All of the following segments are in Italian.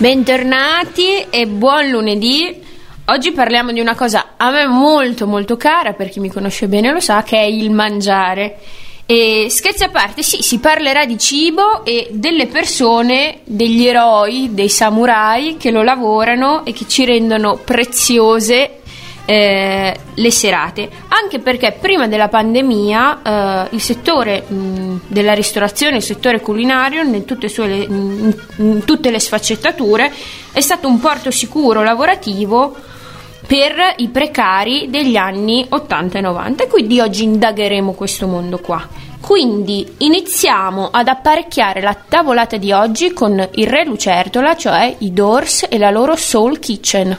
Bentornati e buon lunedì. Oggi parliamo di una cosa a me molto molto cara, per chi mi conosce bene lo sa, che è il mangiare. E scherzi a parte, sì, si parlerà di cibo e delle persone, degli eroi, dei samurai che lo lavorano e che ci rendono preziose le serate, anche perché prima della pandemia il settore della ristorazione, il settore culinario in tutte le sfaccettature è stato un porto sicuro lavorativo per i precari degli anni 80 e 90, e quindi oggi indagheremo questo mondo qua. Quindi iniziamo ad apparecchiare la tavolata di oggi con il Re Lucertola, cioè i Doors e la loro Soul Kitchen.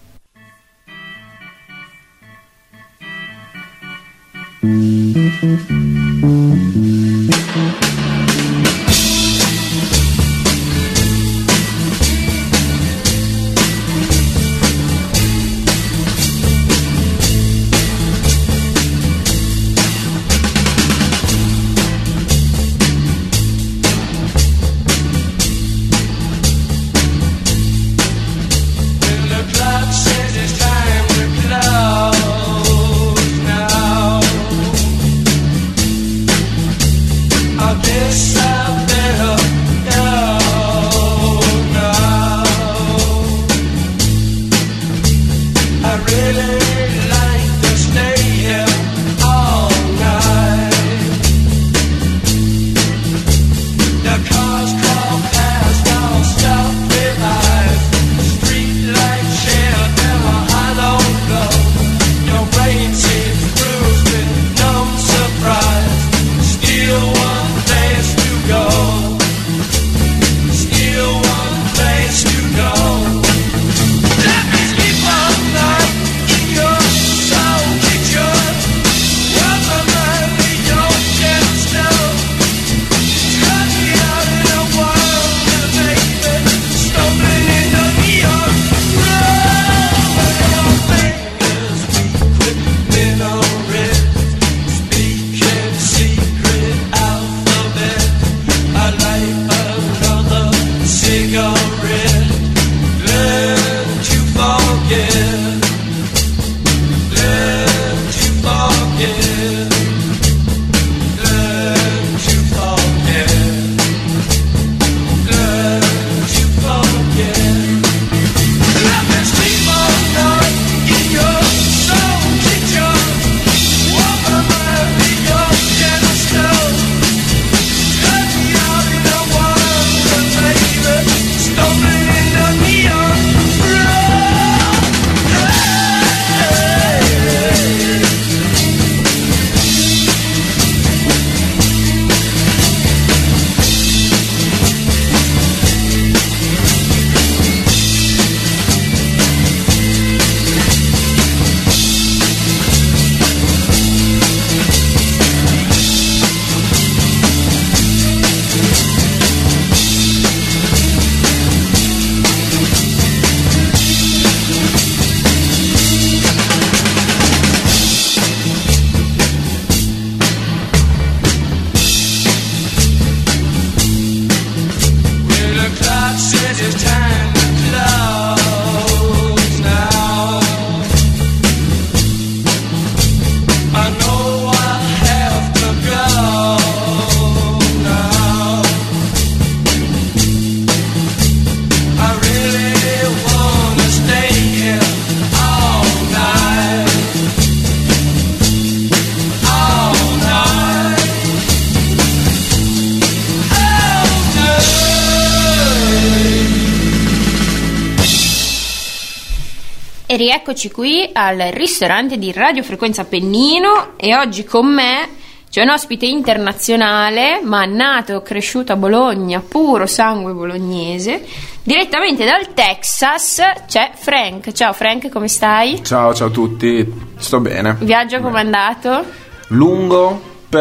E rieccoci qui al ristorante di Radio Frequenza Appennino, e oggi con me c'è un ospite internazionale, ma nato e cresciuto a Bologna, puro sangue bolognese. Direttamente dal Texas c'è Frank. Ciao Frank, come stai? Ciao a tutti, sto bene. Viaggio com'è andato? Lungo,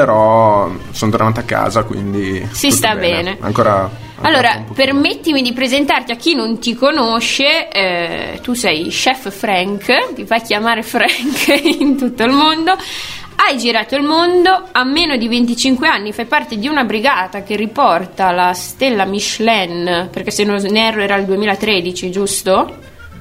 però sono tornato a casa, quindi si sta bene. Ancora allora, permettimi di presentarti a chi non ti conosce. Tu sei Chef Frank, ti fai chiamare Frank in tutto il mondo. Hai girato il mondo a meno di 25 anni, fai parte di una brigata che riporta la stella Michelin, perché se non erro era il 2013, giusto?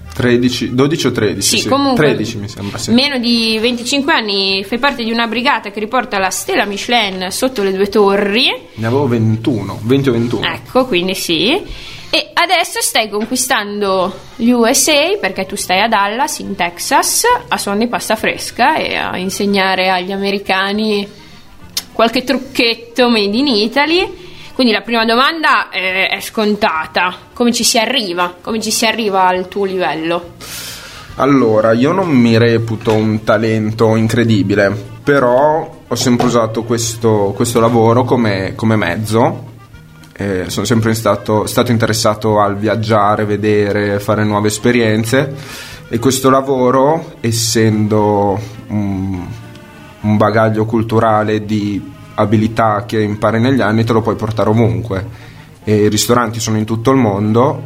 12 o 13? Sì, comunque 13 mi sembra, sì. Meno di 25 anni, fai parte di una brigata che riporta la stella Michelin sotto le 2 torri. Ne avevo 20 o 21. Ecco, quindi sì. E adesso stai conquistando gli USA, perché tu stai a Dallas, in Texas, a suon di pasta fresca e a insegnare agli americani qualche trucchetto made in Italy. Quindi la prima domanda è scontata: come ci si arriva? Come ci si arriva al tuo livello? Allora, io non mi reputo un talento incredibile, però ho sempre usato questo lavoro come mezzo. Sono sempre stato interessato al viaggiare, vedere, fare nuove esperienze, e questo lavoro, essendo un bagaglio culturale di abilità che impari negli anni, te lo puoi portare ovunque, e i ristoranti sono in tutto il mondo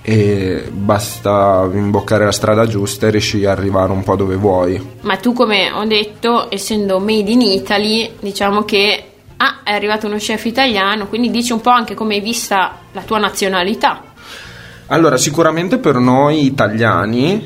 e basta imboccare la strada giusta e riesci a arrivare un po' dove vuoi. Ma tu, come ho detto, essendo made in Italy, diciamo che è arrivato uno chef italiano, quindi dici un po' anche come hai vista la tua nazionalità. Allora, sicuramente per noi italiani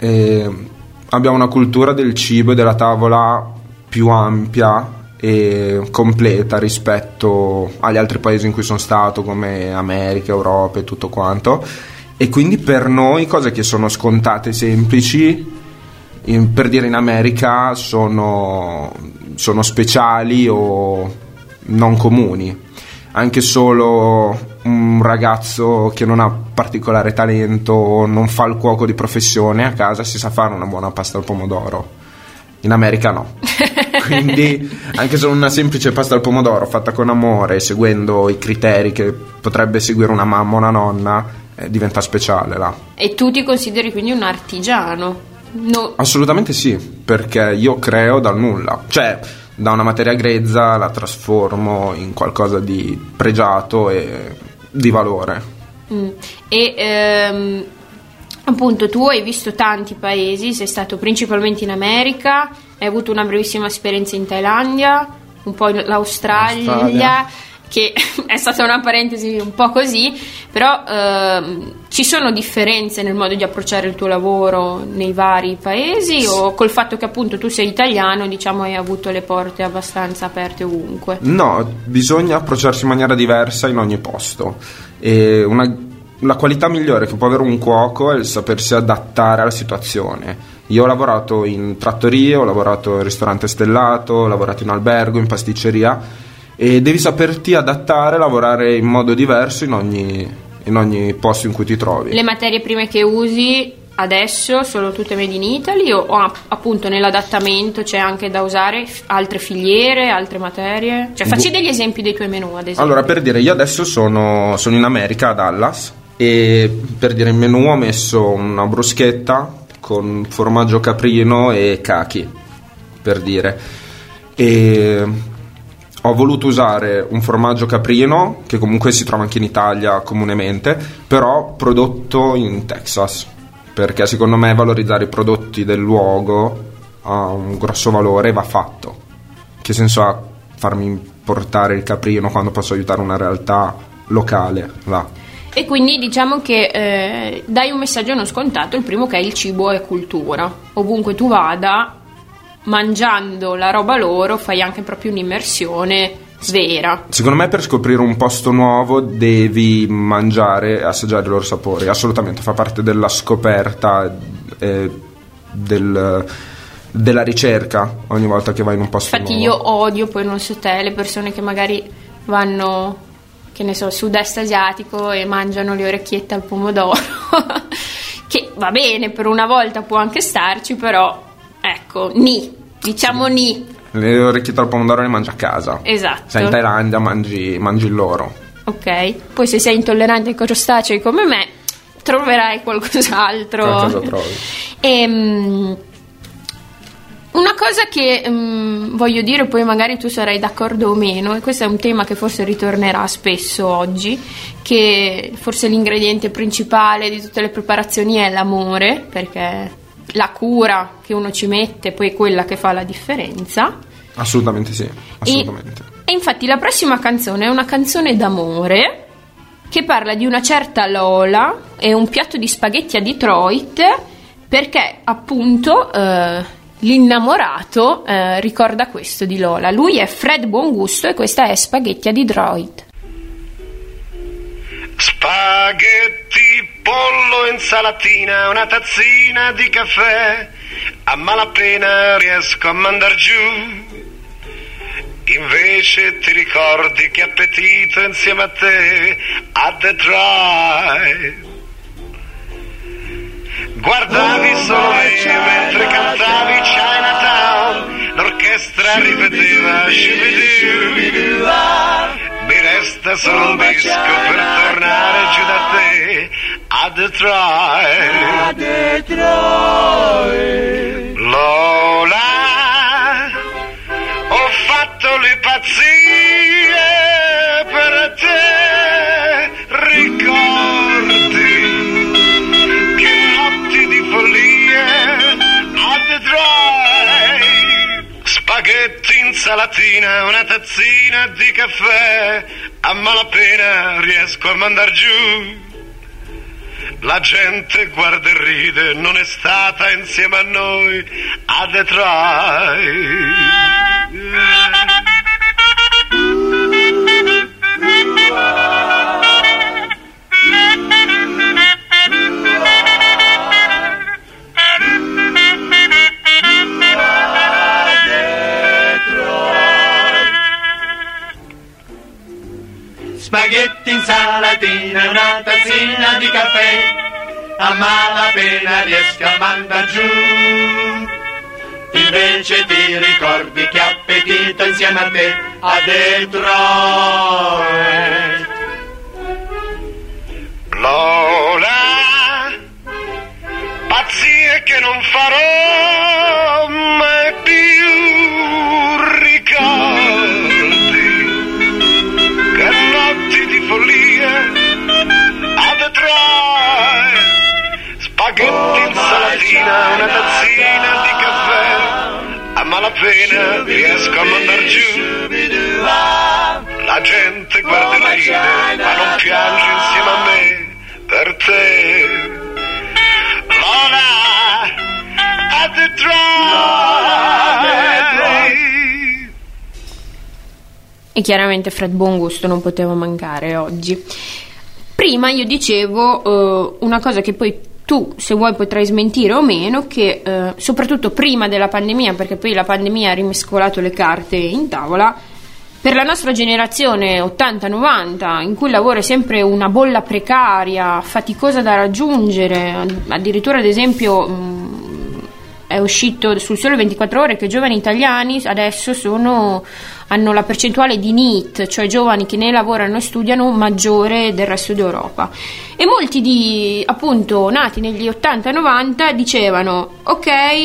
abbiamo una cultura del cibo e della tavola più ampia e completa rispetto agli altri paesi in cui sono stato, come America, Europa e tutto quanto, e quindi per noi cose che sono scontate e semplici, per dire in America sono speciali o non comuni. Anche solo un ragazzo che non ha particolare talento o non fa il cuoco di professione a casa si sa fare una buona pasta al pomodoro. In America no. Quindi anche solo una semplice pasta al pomodoro fatta con amore, seguendo i criteri che potrebbe seguire una mamma o una nonna, diventa speciale là. E tu ti consideri quindi un artigiano? No. Assolutamente sì, perché io creo dal nulla, cioè da una materia grezza la trasformo in qualcosa di pregiato e di valore. E appunto tu hai visto tanti paesi, sei stato principalmente in America, hai avuto una brevissima esperienza in Thailandia, un po' in l'Australia, che è stata una parentesi un po' così, però ci sono differenze nel modo di approcciare il tuo lavoro nei vari paesi, o col fatto che appunto tu sei italiano, diciamo, hai avuto le porte abbastanza aperte ovunque? No, bisogna approcciarsi in maniera diversa in ogni posto, e la qualità migliore che può avere un cuoco è il sapersi adattare alla situazione. Io ho lavorato in trattorie, ho lavorato in ristorante stellato, ho lavorato in albergo, in pasticceria, e devi saperti adattare, lavorare in modo diverso in ogni posto in cui ti trovi. Le materie prime che usi adesso sono tutte made in Italy, o appunto nell'adattamento c'è anche da usare altre filiere, altre materie? Cioè facci degli esempi dei tuoi menù, ad esempio. Allora, per dire, io adesso sono in America, a Dallas, e per dire, in menù ho messo una bruschetta con formaggio caprino e cachi, per dire, e ho voluto usare un formaggio caprino che comunque si trova anche in Italia comunemente, però prodotto in Texas, perché secondo me valorizzare i prodotti del luogo ha un grosso valore e va fatto. Che senso ha farmi importare il caprino quando posso aiutare una realtà locale là? E quindi diciamo che dai un messaggio non scontato, il primo, che è il cibo è cultura. Ovunque tu vada, mangiando la roba loro, fai anche proprio un'immersione vera. Secondo me per scoprire un posto nuovo devi mangiare e assaggiare i loro sapori, assolutamente, fa parte della scoperta, della ricerca ogni volta che vai in un posto nuovo. Infatti io odio, poi non so te, le persone che magari vanno, che ne so, sud-est asiatico e mangiano le orecchiette al pomodoro che va bene, per una volta può anche starci, però ecco, diciamo ni. Le orecchiette al pomodoro le mangi a casa. Esatto. Sei in Thailandia, mangi il loro. Ok, poi se sei intollerante ai crostacei come me, troverai qualcos'altro. Qualcosa trovi. Una cosa che voglio dire, poi magari tu sarai d'accordo o meno, e questo è un tema che forse ritornerà spesso oggi, che forse l'ingrediente principale di tutte le preparazioni è l'amore, perché la cura che uno ci mette poi è quella che fa la differenza. Assolutamente sì, assolutamente. E infatti la prossima canzone è una canzone d'amore che parla di una certa Lola e un piatto di spaghetti a Detroit, perché appunto l'innamorato ricorda questo di Lola. Lui è Fred Buongusto e questa è Spaghetti a Detroit. Spaghetti, pollo, insalatina, una tazzina di caffè, a malapena riesco a mandar giù. Invece ti ricordi che appetito insieme a te a Detroit. Guardavi solo me mentre cantavi Chinatown, l'orchestra ripeteva Shoo-be-doo. Mi resta solo un disco per tornare giù da te a Detroit. Lola, ho fatto le pazzie per te, ricordi che notti di follie a Detroit. Spaghetti, insalatina, una tazzina di caffè, a malapena riesco a mandar giù. La gente guarda e ride, non è stata insieme a noi a Detroit. Spaghetti, insalatina, una tazzina di caffè, a malapena riesco a mandar giù. Invece ti ricordi che appetito insieme a te a Detroit. Lola, pazzie che non farò mai più, ricordi che notti di follia a Detroit. Spaghetti, insalatina, una tazzina di caffè, a malapena riesco a mandar giù. La gente guarda e ride, ma non piange insieme a me per te. Lola, a Detroit. E chiaramente Fred Buongusto non poteva mancare oggi. Prima io dicevo una cosa che poi tu, se vuoi, potrai smentire o meno, che soprattutto prima della pandemia, perché poi la pandemia ha rimescolato le carte in tavola, per la nostra generazione 80-90, in cui il lavoro è sempre una bolla precaria, faticosa da raggiungere, addirittura ad esempio è uscito sul Sole 24 Ore che i giovani italiani adesso hanno la percentuale di NEET, cioè giovani che ne lavorano e studiano, maggiore del resto d'Europa. E molti appunto nati negli 80-90 dicevano ok,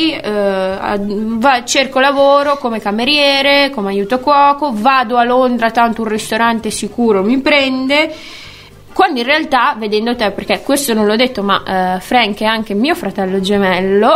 cerco lavoro come cameriere, come aiuto cuoco, vado a Londra, tanto un ristorante sicuro mi prende. Quando in realtà, vedendo te, perché questo non l'ho detto, ma Frank è anche mio fratello gemello,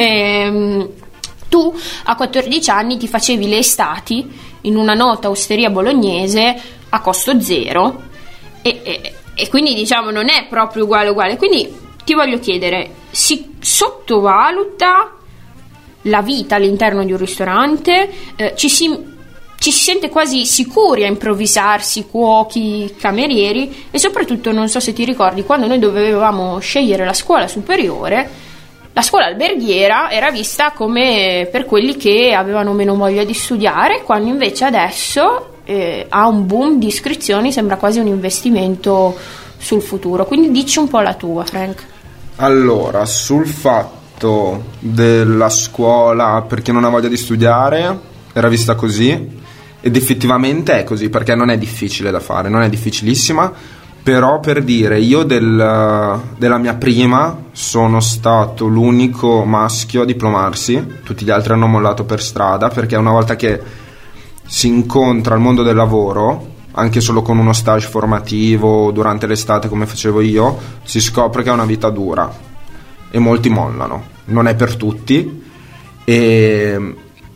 tu a 14 anni ti facevi le estati in una nota osteria bolognese a costo zero e quindi diciamo non è proprio uguale. Quindi ti voglio chiedere, si sottovaluta la vita all'interno di un ristorante? Ci si sente quasi sicuri a improvvisarsi cuochi, camerieri? E soprattutto non so se ti ricordi, quando noi dovevamo scegliere la scuola superiore, la scuola alberghiera era vista come per quelli che avevano meno voglia di studiare, quando invece adesso ha un boom di iscrizioni, sembra quasi un investimento sul futuro. Quindi dici un po' la tua, Frank. Allora, sul fatto della scuola per chi non ha voglia di studiare, era vista così, ed effettivamente è così, perché non è difficile da fare, non è difficilissima. Però, per dire, io della mia prima sono stato l'unico maschio a diplomarsi, tutti gli altri hanno mollato per strada, perché una volta che si incontra al mondo del lavoro, anche solo con uno stage formativo durante l'estate come facevo io, si scopre che è una vita dura e molti mollano. Non è per tutti e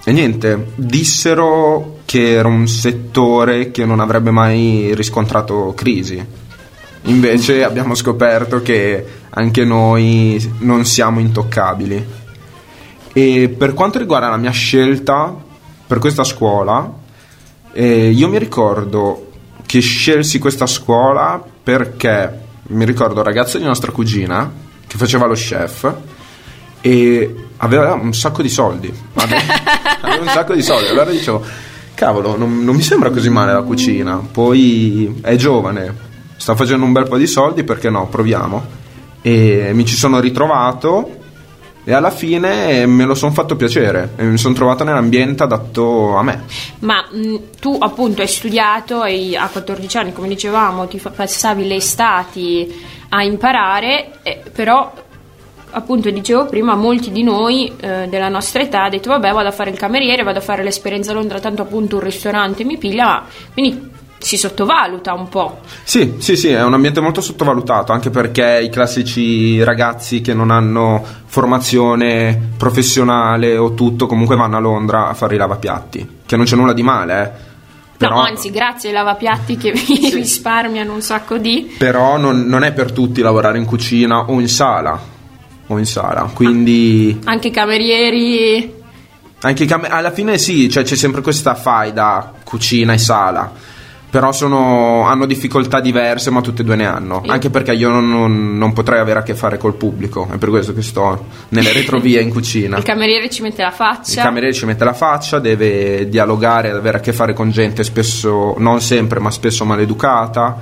E niente, dissero che era un settore che non avrebbe mai riscontrato crisi. Invece abbiamo scoperto che anche noi non siamo intoccabili. E per quanto riguarda la mia scelta per questa scuola, io mi ricordo che scelsi questa scuola perché mi ricordo un ragazzo di nostra cugina che faceva lo chef e aveva un sacco di soldi. Aveva un sacco di soldi. Allora dicevo, cavolo, non mi sembra così male la cucina. Poi è giovane, sta facendo un bel po' di soldi, perché no, proviamo. E mi ci sono ritrovato e alla fine me lo sono fatto piacere e mi sono trovato nell'ambiente adatto a me. Ma tu appunto hai studiato a 14 anni, come dicevamo, ti passavi le estati a imparare, però appunto dicevo prima, molti di noi della nostra età ha detto vabbè, vado a fare il cameriere, vado a fare l'esperienza a Londra, tanto appunto un ristorante mi piglia, quindi si sottovaluta un po'. Sì, è un ambiente molto sottovalutato, anche perché i classici ragazzi che non hanno formazione professionale o tutto comunque vanno a Londra a fare i lavapiatti, che non c'è nulla di male, però, no, anzi, grazie ai lavapiatti che vi risparmiano un sacco di... Però non è per tutti lavorare in cucina o in sala, quindi... Anche i camerieri... alla fine sì, cioè c'è sempre questa faida cucina e sala, però hanno difficoltà diverse, ma tutte e due ne hanno, anche perché io non potrei avere a che fare col pubblico, è per questo che sto nelle retrovie in cucina. Il cameriere ci mette la faccia, deve dialogare, avere a che fare con gente spesso, non sempre, ma spesso maleducata.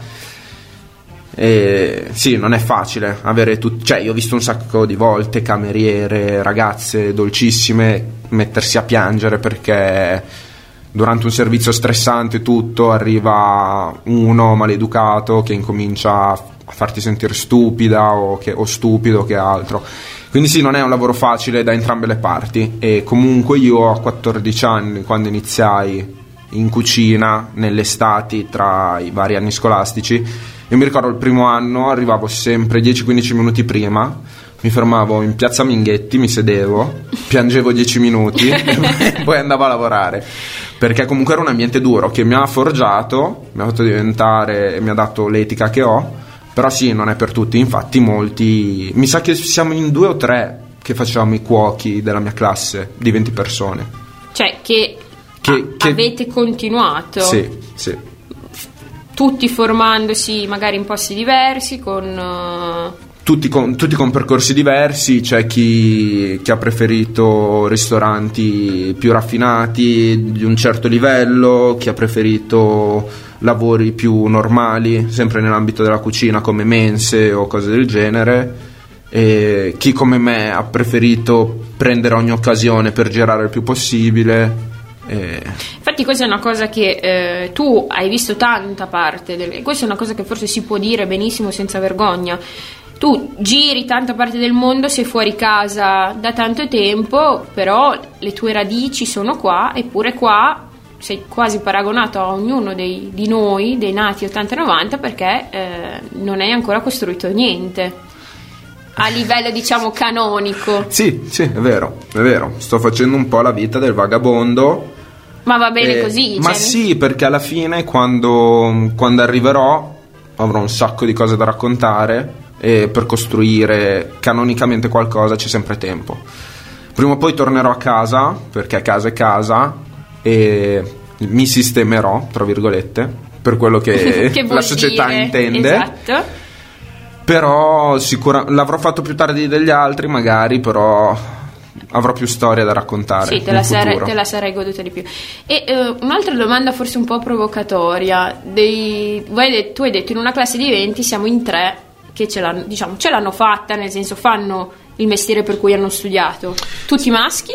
E sì, non è facile avere cioè io ho visto un sacco di volte cameriere, ragazze dolcissime mettersi a piangere perché durante un servizio stressante tutto arriva uno maleducato che incomincia a farti sentire stupida o stupido, che altro. Quindi sì, non è un lavoro facile da entrambe le parti. E comunque io a 14 anni, quando iniziai in cucina nelle estati tra i vari anni scolastici, io mi ricordo il primo anno arrivavo sempre 10-15 minuti prima, mi fermavo in piazza Minghetti, mi sedevo, piangevo 10 minuti e poi andavo a lavorare, perché comunque era un ambiente duro che mi ha forgiato, mi ha fatto diventare, mi ha dato l'etica che ho. Però sì, non è per tutti, infatti molti, mi sa che siamo in 2 o 3 che facevamo i cuochi della mia classe di 20 persone, cioè che avete continuato. Sì. Tutti formandosi magari in posti diversi, tutti con percorsi diversi. C'è chi ha preferito ristoranti più raffinati di un certo livello, chi ha preferito lavori più normali, sempre nell'ambito della cucina, come mense o cose del genere, e chi come me ha preferito prendere ogni occasione per girare il più possibile. Infatti questa è una cosa che tu hai visto tanta parte questa è una cosa che forse si può dire benissimo senza vergogna. Tu giri tanta parte del mondo, sei fuori casa da tanto tempo, però le tue radici sono qua, eppure qua sei quasi paragonato a ognuno di noi, dei nati 80-90, perché non hai ancora costruito niente a livello, diciamo, canonico. Sì, è vero. Sto facendo un po' la vita del vagabondo. Ma va bene così? Ma sì, perché alla fine quando arriverò avrò un sacco di cose da raccontare e per costruire canonicamente qualcosa c'è sempre tempo. Prima o poi tornerò a casa, perché casa è casa, e mi sistemerò, tra virgolette, per quello che la società intende. Esatto. Però l'avrò fatto più tardi degli altri magari, però avrò più storie da raccontare. Sì, te la sarei goduta di più. E un'altra domanda forse un po' provocatoria. Tu hai detto in una classe di 20 siamo in 3 che ce l'hanno fatta, nel senso fanno il mestiere per cui hanno studiato. Tutti maschi?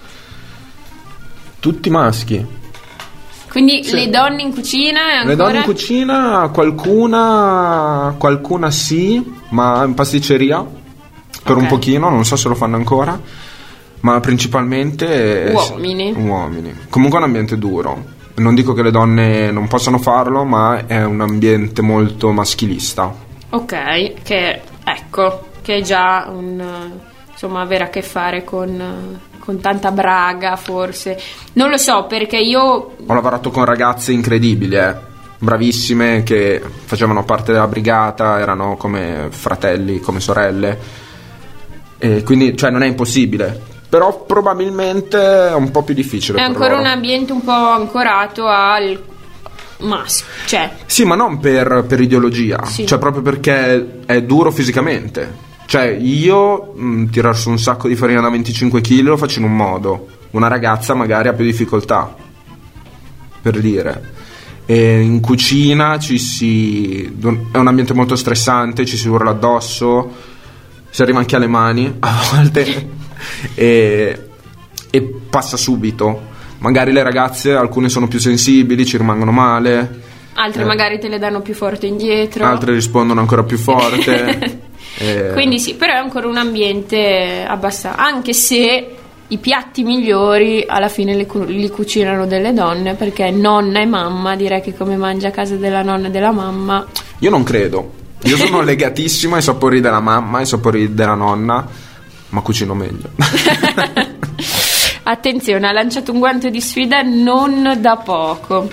Tutti maschi. Quindi sì. Le donne in cucina ancora? Le donne in cucina qualcuna sì, ma in pasticceria per un pochino, non so se lo fanno ancora, ma principalmente uomini. Comunque è un ambiente duro. Non dico che le donne non possano farlo, ma è un ambiente molto maschilista. Ok, che è già avere a che fare con con tanta braga, forse. Non lo so, perché io ho lavorato con ragazze incredibili, bravissime, che facevano parte della brigata, erano come fratelli, come sorelle, e quindi, cioè, non è impossibile, però probabilmente è un po' più difficile. È per ancora loro. un ambiente un po' ancorato al maschio, cioè. Sì, ma non per ideologia, Sì. cioè proprio perché è duro fisicamente. Cioè, io tirar su un sacco di farina da 25 kg lo faccio in un modo, una ragazza magari ha più difficoltà, per dire. E in cucina è un ambiente molto stressante, ci si urla addosso, si arriva anche alle mani a volte e passa subito. Magari le ragazze, alcune sono più sensibili, ci rimangono male, Altre magari te le danno più forte indietro, altre rispondono ancora più forte. Quindi sì, però è ancora un ambiente abbastanza, anche se i piatti migliori alla fine li cucinano delle donne, perché nonna e mamma, direi che come mangia a casa della nonna e della mamma. Io non credo, io sono legatissimo ai sapori della mamma, ai sapori della nonna, ma cucino meglio. Attenzione, ha lanciato un guanto di sfida non da poco.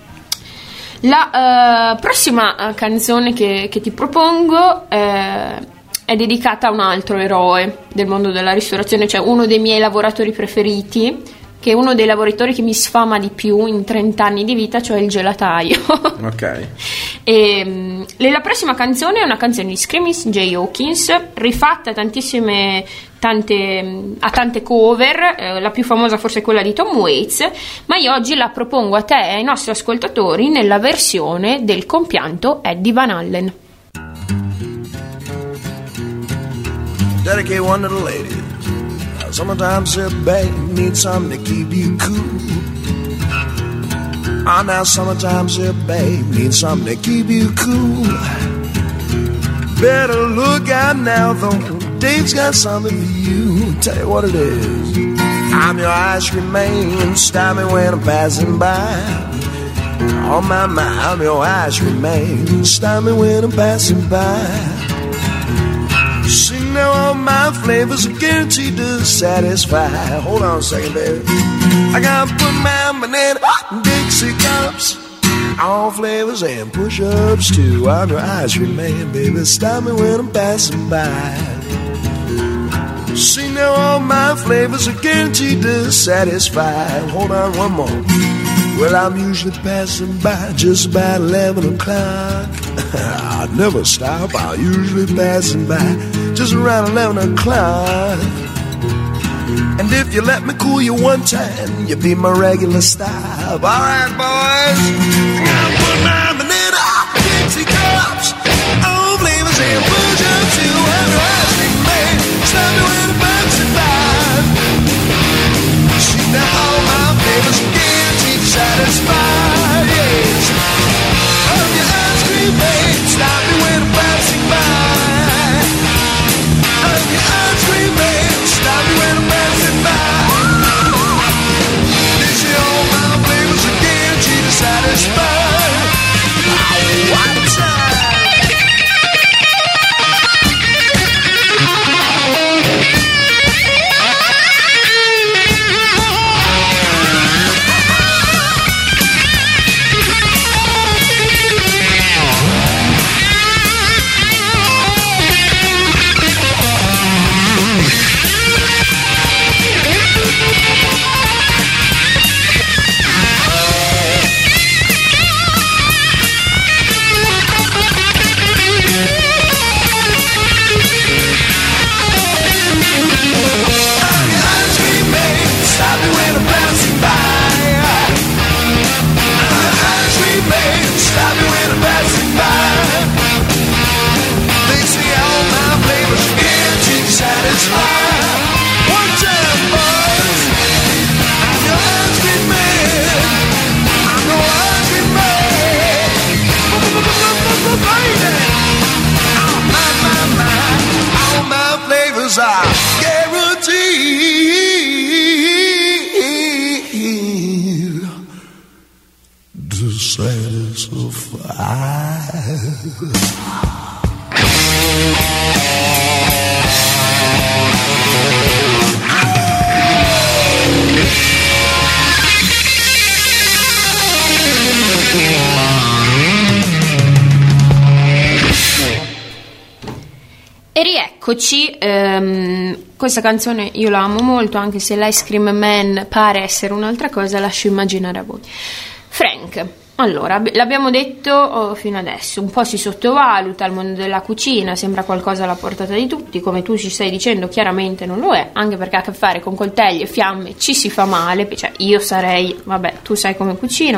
La prossima canzone che ti propongo è dedicata a un altro eroe del mondo della ristorazione, cioè uno dei miei lavoratori preferiti, che è uno dei lavoratori che mi sfama di più in 30 anni di vita, cioè il gelataio. Ok. E la prossima canzone è una canzone di Screaming Jay Hawkins, rifatta a tante cover, la più famosa forse è quella di Tom Waits, ma io oggi la propongo a te e ai nostri ascoltatori nella versione del compianto Eddie Van Halen. Dedicate one to the ladies. Sometimes a babe needs something to keep you cool. Now sometimes a babe needs something to keep you cool. Better look out now though, Dave's got something for you. Tell you what it is. I'm your ice cream man, stop me when I'm passing by. Oh my, I'm your ice cream man, stop me when I'm passing by. See now all my flavors are guaranteed to satisfy. Hold on a second, baby. I gotta put my banana in Dixie cups, all flavors and push-ups too. I'm your ice cream man, baby. Stop me when I'm passing by. See now all my flavors are guaranteed to satisfy. Hold on one more. Well, I'm usually passing by just about 11 o'clock. I never stop, I'm usually passing by just around 11 o'clock. And if you let me cool you one time, you'll be my regular stop. Alright, boys, I'm gonna put my banana up Dixie cups, all flavors and push-ups too. I'm your ice cream man, stop me when I'm passing by. See now all my flavors are guaranteed to satisfy, yes. I'm your ice cream man, stop me when I'm passing by. I'm your ice cream man, stop me when I'm passing by. They say all my flavors are guaranteed to satisfy. One time. Are guaranteed to satisfy. rieccoci, questa canzone io la amo molto, anche se l'Ice Cream Man pare essere un'altra cosa, lascio immaginare a voi. Frank, allora, l'abbiamo detto fino adesso, un po' si sottovaluta il mondo della cucina, sembra qualcosa alla portata di tutti, come tu ci stai dicendo chiaramente non lo è, anche perché ha a che fare con coltelli e fiamme ci si fa male, cioè io sarei, vabbè, tu sai come cucino,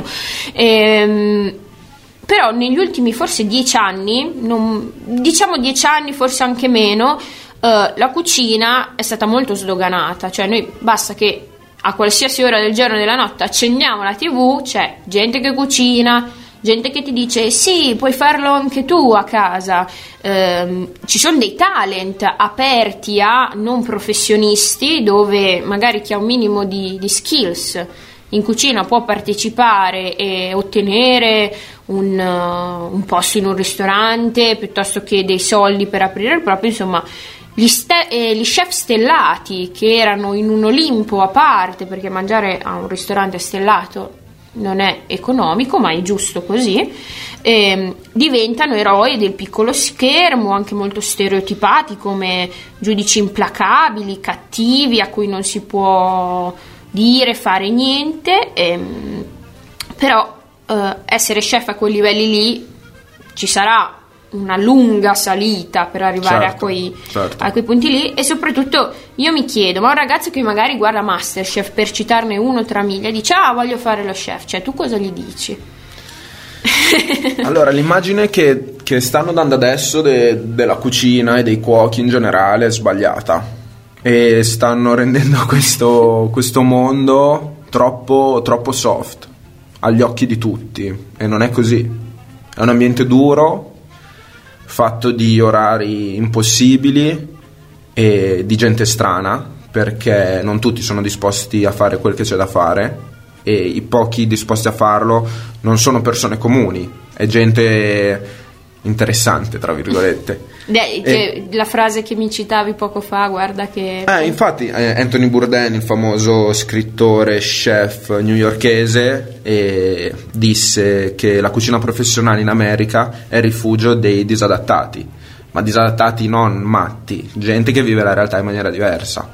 però negli ultimi forse 10 anni, diciamo 10 anni, forse anche meno, la cucina è stata molto sdoganata, cioè noi basta che a qualsiasi ora del giorno e della notte accendiamo la TV, c'è gente che cucina, gente che ti dice sì, puoi farlo anche tu a casa, ci sono dei talent aperti a non professionisti dove magari chi ha un minimo di skills in cucina può partecipare e ottenere un posto in un ristorante piuttosto che dei soldi per aprire il proprio, insomma gli chef stellati che erano in un Olimpo a parte, perché mangiare a un ristorante stellato non è economico ma è giusto così, diventano eroi del piccolo schermo, anche molto stereotipati come giudici implacabili, cattivi a cui non si può dire, fare niente, però essere chef a quei livelli lì ci sarà una lunga salita per arrivare a quei punti lì, e soprattutto io mi chiedo, ma un ragazzo che magari guarda Masterchef, per citarne uno tra miglia, dice voglio fare lo chef, cioè tu cosa gli dici? Allora, l'immagine che stanno dando adesso della cucina e dei cuochi in generale è sbagliata e stanno rendendo questo mondo troppo soft agli occhi di tutti, e non è così. È un ambiente duro, fatto di orari impossibili e di gente strana, perché non tutti sono disposti a fare quel che c'è da fare, e i pochi disposti a farlo non sono persone comuni, è gente interessante, tra virgolette. La frase che mi citavi poco fa, guarda che infatti Anthony Bourdain, il famoso scrittore chef newyorkese, disse che la cucina professionale in America è il rifugio dei disadattati, ma disadattati non matti, gente che vive la realtà in maniera diversa,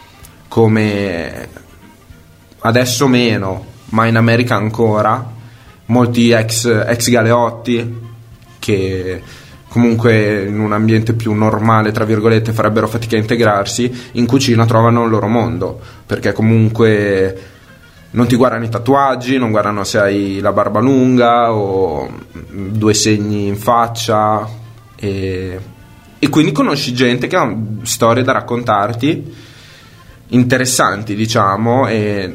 come adesso meno, ma in America ancora, molti ex galeotti che comunque in un ambiente più normale, tra virgolette, farebbero fatica a integrarsi, in cucina trovano il loro mondo, perché comunque non ti guardano i tatuaggi, non guardano se hai la barba lunga o 2 segni in faccia, e quindi conosci gente che ha storie da raccontarti interessanti, diciamo, e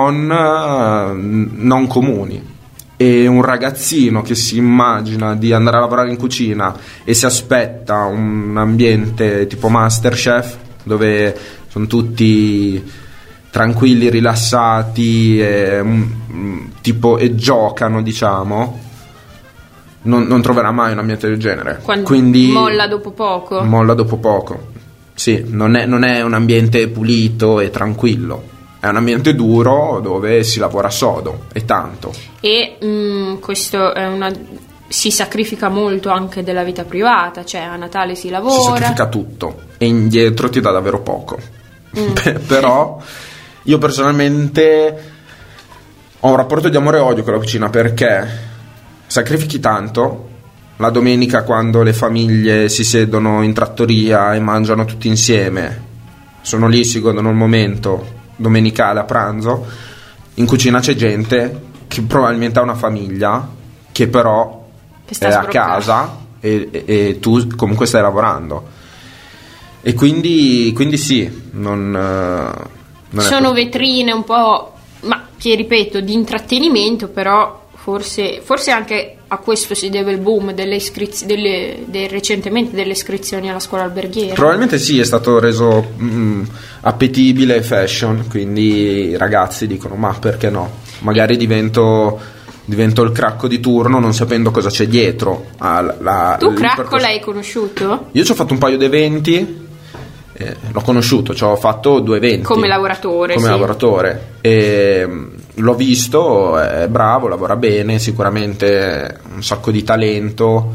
non comuni. E un ragazzino che si immagina di andare a lavorare in cucina e si aspetta un ambiente tipo Masterchef, dove sono tutti tranquilli, rilassati e giocano, diciamo, non troverà mai un ambiente del genere. Quindi molla dopo poco. Sì, non è un ambiente pulito e tranquillo. È un ambiente duro dove si lavora sodo e tanto. E questo è si sacrifica molto anche della vita privata, cioè a Natale si lavora. Si sacrifica tutto e indietro ti dà davvero poco. Però io personalmente ho un rapporto di amore e odio con la cucina, perché sacrifichi tanto. La domenica, quando le famiglie si sedono in trattoria e mangiano tutti insieme, sono lì, si godono il momento domenicale a pranzo. In cucina c'è gente che probabilmente ha una famiglia, che però è a casa e tu comunque stai lavorando, e quindi sì, non sono vetrine un po', ma che ripeto, di intrattenimento, però forse anche a questo si deve il boom recentemente delle iscrizioni alla scuola alberghiera. Probabilmente sì, è stato reso appetibile e fashion, quindi i ragazzi dicono ma perché no, magari divento il cracco di turno non sapendo cosa c'è dietro. Tu cracco l'hai conosciuto? Io ci ho fatto un paio di eventi, l'ho conosciuto, ci ho fatto 2 eventi come lavoratore e l'ho visto, è bravo, lavora bene, sicuramente un sacco di talento,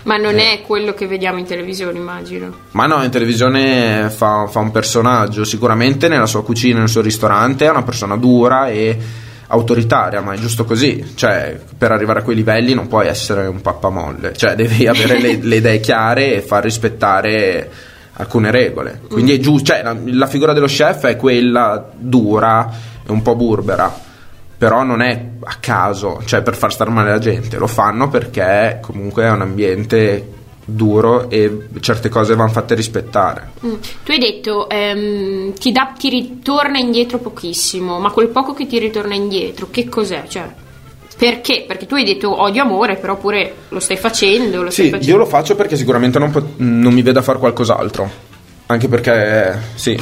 Ma non è quello che vediamo in televisione, immagino. Ma no, in televisione fa un personaggio. Sicuramente nella sua cucina, nel suo ristorante è una persona dura e autoritaria, ma è giusto così. Cioè, per arrivare a quei livelli non puoi essere un pappamolle. Cioè, devi avere le idee chiare e far rispettare alcune regole. Quindi è giusto, cioè, la figura dello chef è quella dura e un po' burbera. Però non è a caso, cioè per far star male la gente, lo fanno perché comunque è un ambiente duro e certe cose vanno fatte rispettare. Tu hai detto ti ritorna indietro pochissimo, ma quel poco che ti ritorna indietro, che cos'è? Cioè, perché? Perché tu hai detto odio amore, però pure lo stai facendo. Io lo faccio perché sicuramente non mi vedo a fare qualcos'altro, anche perché sì,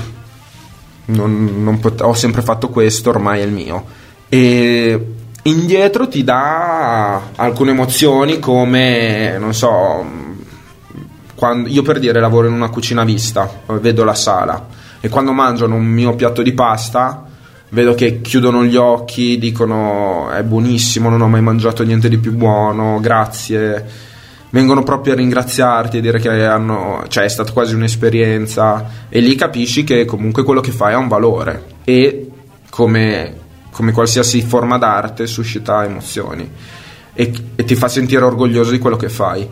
ho sempre fatto questo, ormai è il mio. E indietro ti dà alcune emozioni, come non so, quando io, per dire, lavoro in una cucina a vista, vedo la sala e quando mangiano un mio piatto di pasta vedo che chiudono gli occhi, dicono è buonissimo, non ho mai mangiato niente di più buono, grazie, vengono proprio a ringraziarti e dire che cioè è stata quasi un'esperienza, e lì capisci che comunque quello che fai ha un valore e come qualsiasi forma d'arte suscita emozioni e ti fa sentire orgoglioso di quello che fai.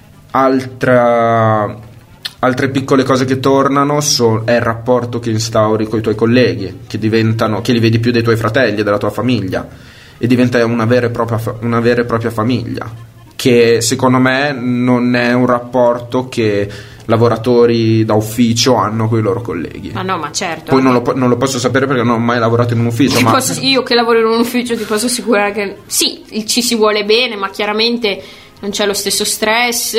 Altre piccole cose che tornano è il rapporto che instauri con i tuoi colleghi, che li vedi più dei tuoi fratelli e della tua famiglia, e diventa una vera e propria famiglia, che secondo me non è un rapporto che lavoratori da ufficio hanno con i loro colleghi. Ma no, ma certo. Poi non lo posso sapere perché non ho mai lavorato in un ufficio. Io che lavoro in un ufficio ti posso assicurare che sì, ci si vuole bene, ma chiaramente non c'è lo stesso stress,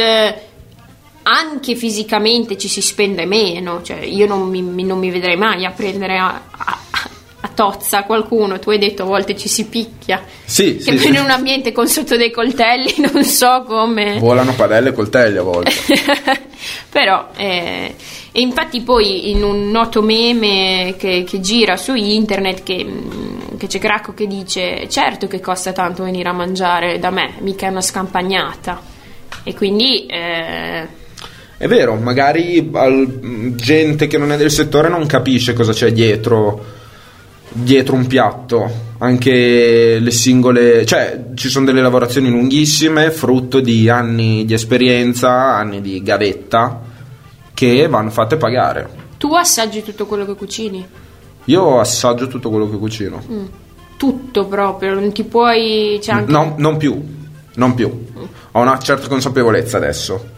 anche fisicamente ci si spende meno. Cioè, io non mi vedrei mai a prendere a tozza qualcuno. Tu hai detto a volte ci si picchia. Sì, che in un ambiente con sotto dei coltelli non so come volano padelle e coltelli a volte. Però e infatti poi in un noto meme che gira su internet che c'è Cracco che dice certo che costa tanto venire a mangiare da me, mica è una scampagnata, e quindi è vero, magari gente che non è del settore non capisce cosa c'è dietro un piatto, anche le singole, cioè ci sono delle lavorazioni lunghissime, frutto di anni di esperienza, anni di gavetta, che vanno fatte pagare. Tu assaggi tutto quello che cucini? Io assaggio tutto quello che cucino. Tutto proprio, non ti puoi... C'è anche... No, non più. Ho una certa consapevolezza adesso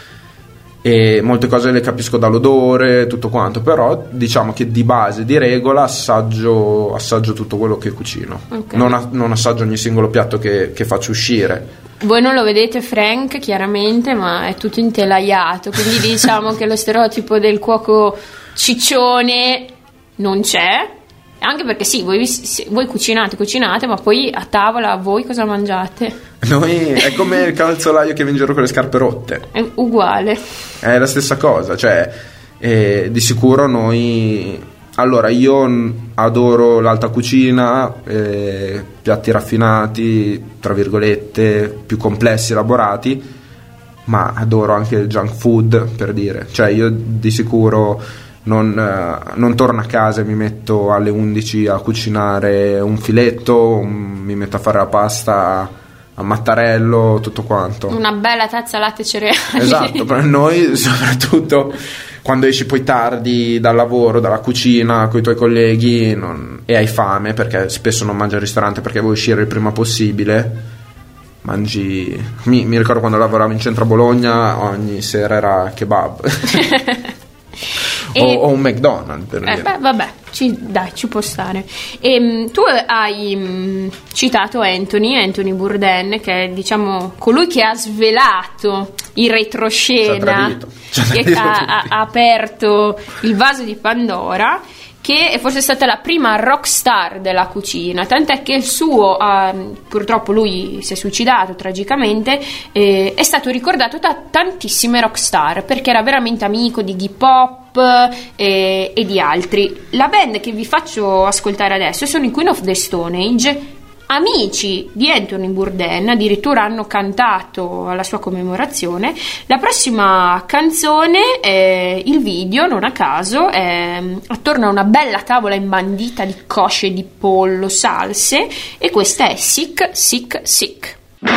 e molte cose le capisco dall'odore, tutto quanto, però diciamo che di base, di regola, assaggio tutto quello che cucino. Okay. Non assaggio ogni singolo piatto che faccio uscire. Voi non lo vedete Frank chiaramente, ma è tutto intelaiato, quindi diciamo che lo stereotipo del cuoco ciccione non c'è, anche perché sì, voi cucinate, ma poi a tavola voi cosa mangiate? Noi è come il calzolaio che va in giro con le scarpe rotte, è uguale, è la stessa cosa, cioè di sicuro noi, allora io adoro l'alta cucina, piatti raffinati tra virgolette, più complessi, elaborati, ma adoro anche il junk food, per dire, cioè io di sicuro non torno a casa e mi metto alle 11 a cucinare un filetto, mi metto a fare la pasta a mattarello, tutto quanto. Una bella tazza latte e cereali. Esatto, per noi soprattutto quando esci poi tardi dal lavoro, dalla cucina, con i tuoi colleghi e hai fame, perché spesso non mangi al ristorante perché vuoi uscire il prima possibile, mangi... Mi ricordo quando lavoravo in centro a Bologna, ogni sera era kebab. O un McDonald's, per dire. Vabbè, ci può stare. Tu hai citato Anthony Bourdain, che è, diciamo, colui che ha svelato in retroscena, che ha aperto il vaso di Pandora, che è forse stata la prima rock star della cucina, tant'è che il suo, purtroppo lui si è suicidato tragicamente, è stato ricordato da tantissime rock star perché era veramente amico di Iggy Pop e di altri. La band che vi faccio ascoltare adesso sono i Queen of the Stone Age, amici di Anthony Bourdain addirittura hanno cantato alla sua commemorazione. La prossima canzone, il video, non a caso, è attorno a una bella tavola imbandita di cosce di pollo, salse, e questa è Sick, Sick, Sick.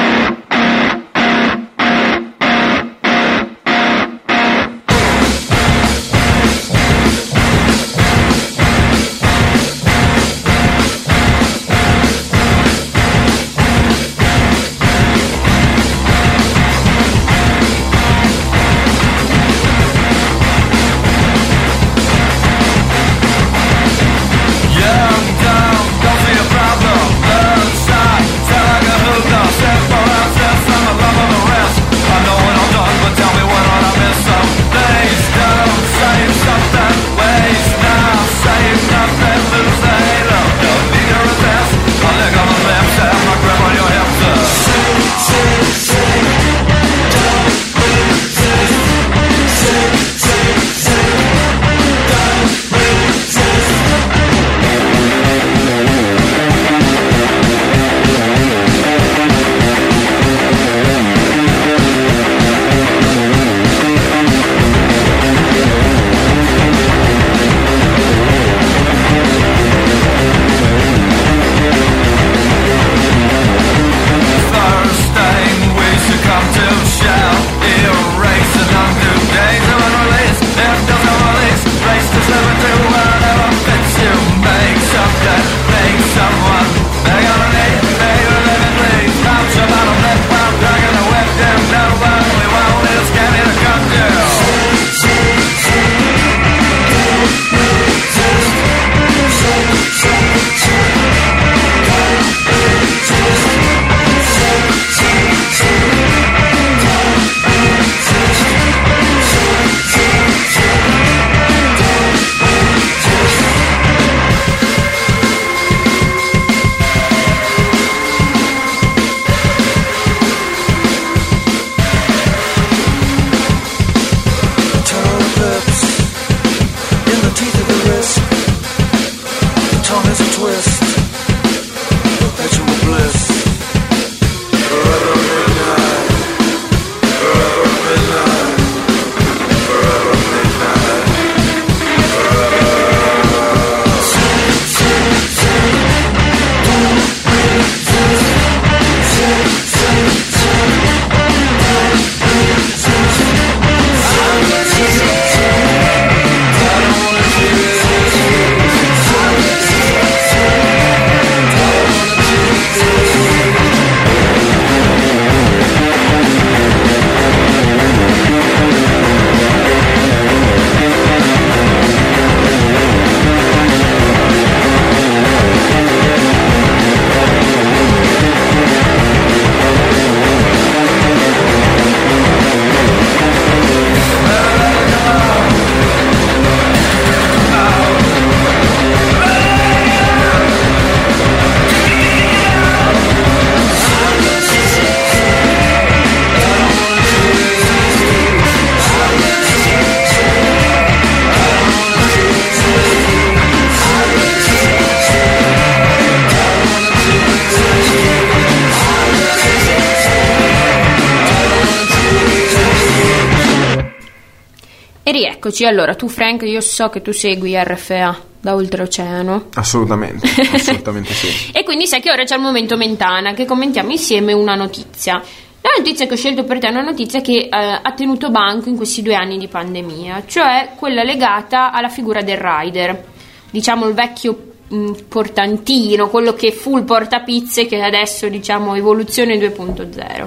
E rieccoci. Allora, tu Frank, io so che tu segui RFA da oltreoceano. Assolutamente, assolutamente sì. E quindi sai che ora c'è il momento Mentana, che commentiamo insieme una notizia. La notizia che ho scelto per te è una notizia che ha tenuto banco in questi 2 anni di pandemia, cioè quella legata alla figura del rider, diciamo il vecchio portantino, quello che fu il portapizze, che adesso diciamo evoluzione 2.0.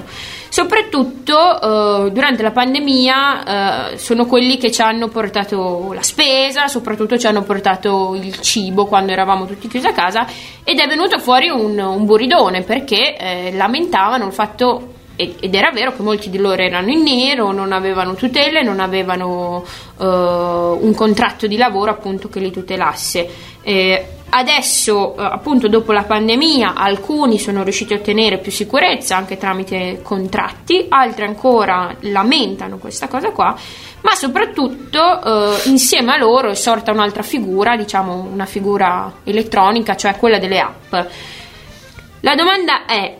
Soprattutto durante la pandemia sono quelli che ci hanno portato la spesa, soprattutto ci hanno portato il cibo quando eravamo tutti chiusi a casa, ed è venuto fuori un buridone perché lamentavano il fatto, ed era vero, che molti di loro erano in nero, non avevano tutele, non avevano un contratto di lavoro appunto che li tutelasse. Adesso appunto dopo la pandemia alcuni sono riusciti a ottenere più sicurezza anche tramite contratti, altri ancora lamentano questa cosa qua, ma soprattutto insieme a loro è sorta un'altra figura, diciamo una figura elettronica, cioè quella delle app. La domanda è,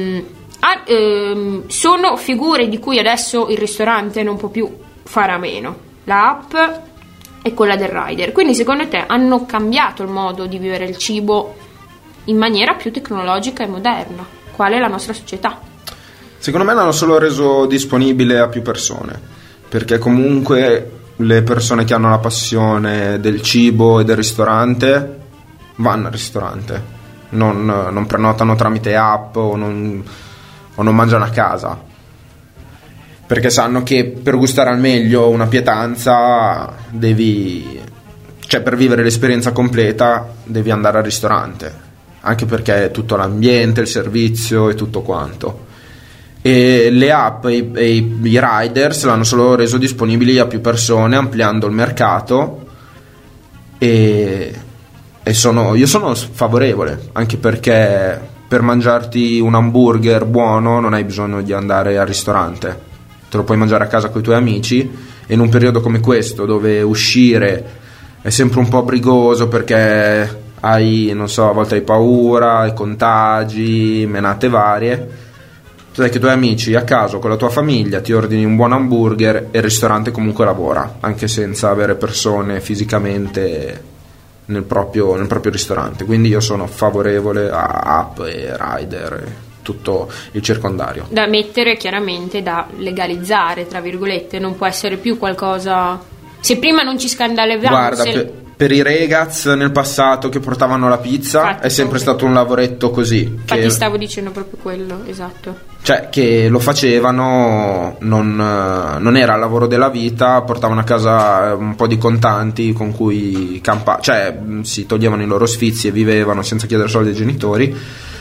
sono figure di cui adesso il ristorante non può più fare a meno, la app e quella del rider, quindi secondo te hanno cambiato il modo di vivere il cibo in maniera più tecnologica e moderna? Qual è la nostra società? Secondo me l'hanno solo reso disponibile a più persone, perché comunque le persone che hanno la passione del cibo e del ristorante vanno al ristorante, non prenotano tramite app o non mangiano a casa, perché sanno che per gustare al meglio una pietanza per vivere l'esperienza completa devi andare al ristorante, anche perché è tutto l'ambiente, il servizio e tutto quanto. E le app e i riders l'hanno solo reso disponibili a più persone, ampliando il mercato, io sono favorevole, anche perché per mangiarti un hamburger buono non hai bisogno di andare al ristorante, te lo puoi mangiare a casa con i tuoi amici, e in un periodo come questo dove uscire è sempre un po' brigoso perché hai, non so, a volte hai paura, hai contagi, menate varie, tu sai che i tuoi amici a caso con la tua famiglia ti ordini un buon hamburger e il ristorante comunque lavora, anche senza avere persone fisicamente nel proprio ristorante. Quindi io sono favorevole a app e rider e tutto il circondario. Da mettere chiaramente, da legalizzare tra virgolette, non può essere più qualcosa, se prima non ci scandalizzavamo. Guarda, per i ragazzi nel passato che portavano la pizza è sempre stato un lavoretto così. Infatti stavo dicendo proprio quello, esatto. Cioè che lo facevano, non era il lavoro della vita, portavano a casa un po' di contanti con cui si toglievano i loro sfizi e vivevano senza chiedere soldi ai genitori.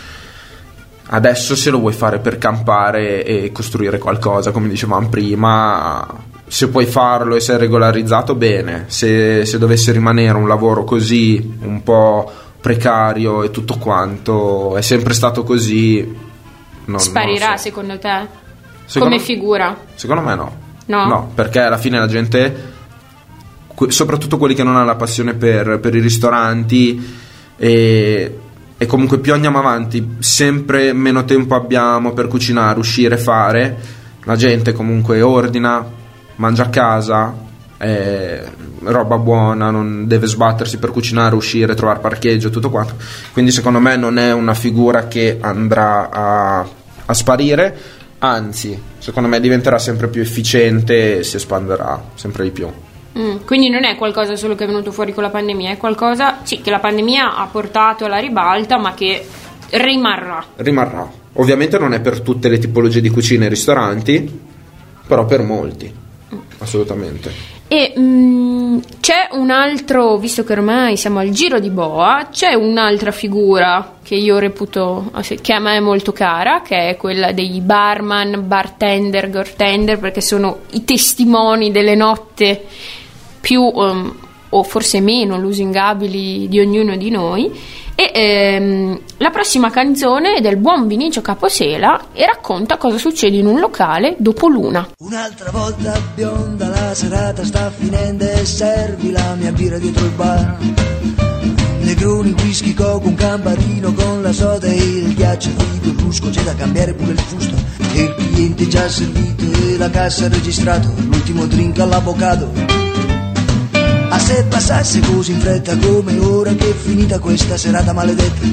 Adesso se lo vuoi fare per campare e costruire qualcosa, come dicevamo prima, se puoi farlo e sei regolarizzato, bene. Se dovesse rimanere un lavoro così un po' precario e tutto quanto, è sempre stato così, sparirà, non so. Secondo te? Come figura? Secondo me no, perché alla fine la gente, soprattutto quelli che non hanno la passione per i ristoranti, e comunque più andiamo avanti sempre meno tempo abbiamo per cucinare, uscire, fare. La gente comunque ordina, mangia a casa, roba buona, non deve sbattersi per cucinare, uscire, trovare parcheggio, tutto quanto. Quindi secondo me non è una figura che andrà a sparire, anzi secondo me diventerà sempre più efficiente e si espanderà sempre di più. Quindi non è qualcosa solo che è venuto fuori con la pandemia, è qualcosa che la pandemia ha portato alla ribalta, ma che rimarrà. Ovviamente non è per tutte le tipologie di cucine e ristoranti, però per molti, assolutamente. E c'è un altro, visto che ormai siamo al giro di boa, c'è un'altra figura che io reputo, che a me è molto cara, che è quella dei barman, bartender, gortender, perché sono i testimoni delle notte più o forse meno lusingabili di ognuno di noi. E la prossima canzone è del buon Vinicio Caposela e racconta cosa succede in un locale dopo l'una. Un'altra volta bionda, la serata sta finendo e servi la mia birra dietro il bar. Negroni, whisky, coco, un campanino con la soda e il ghiaccio frigo, il rusco, c'è da cambiare pure il fusto. E il cliente già servito e la cassa ha registrato, l'ultimo drink all'avvocato. A se passasse così in fretta come ora che è finita questa serata maledetta.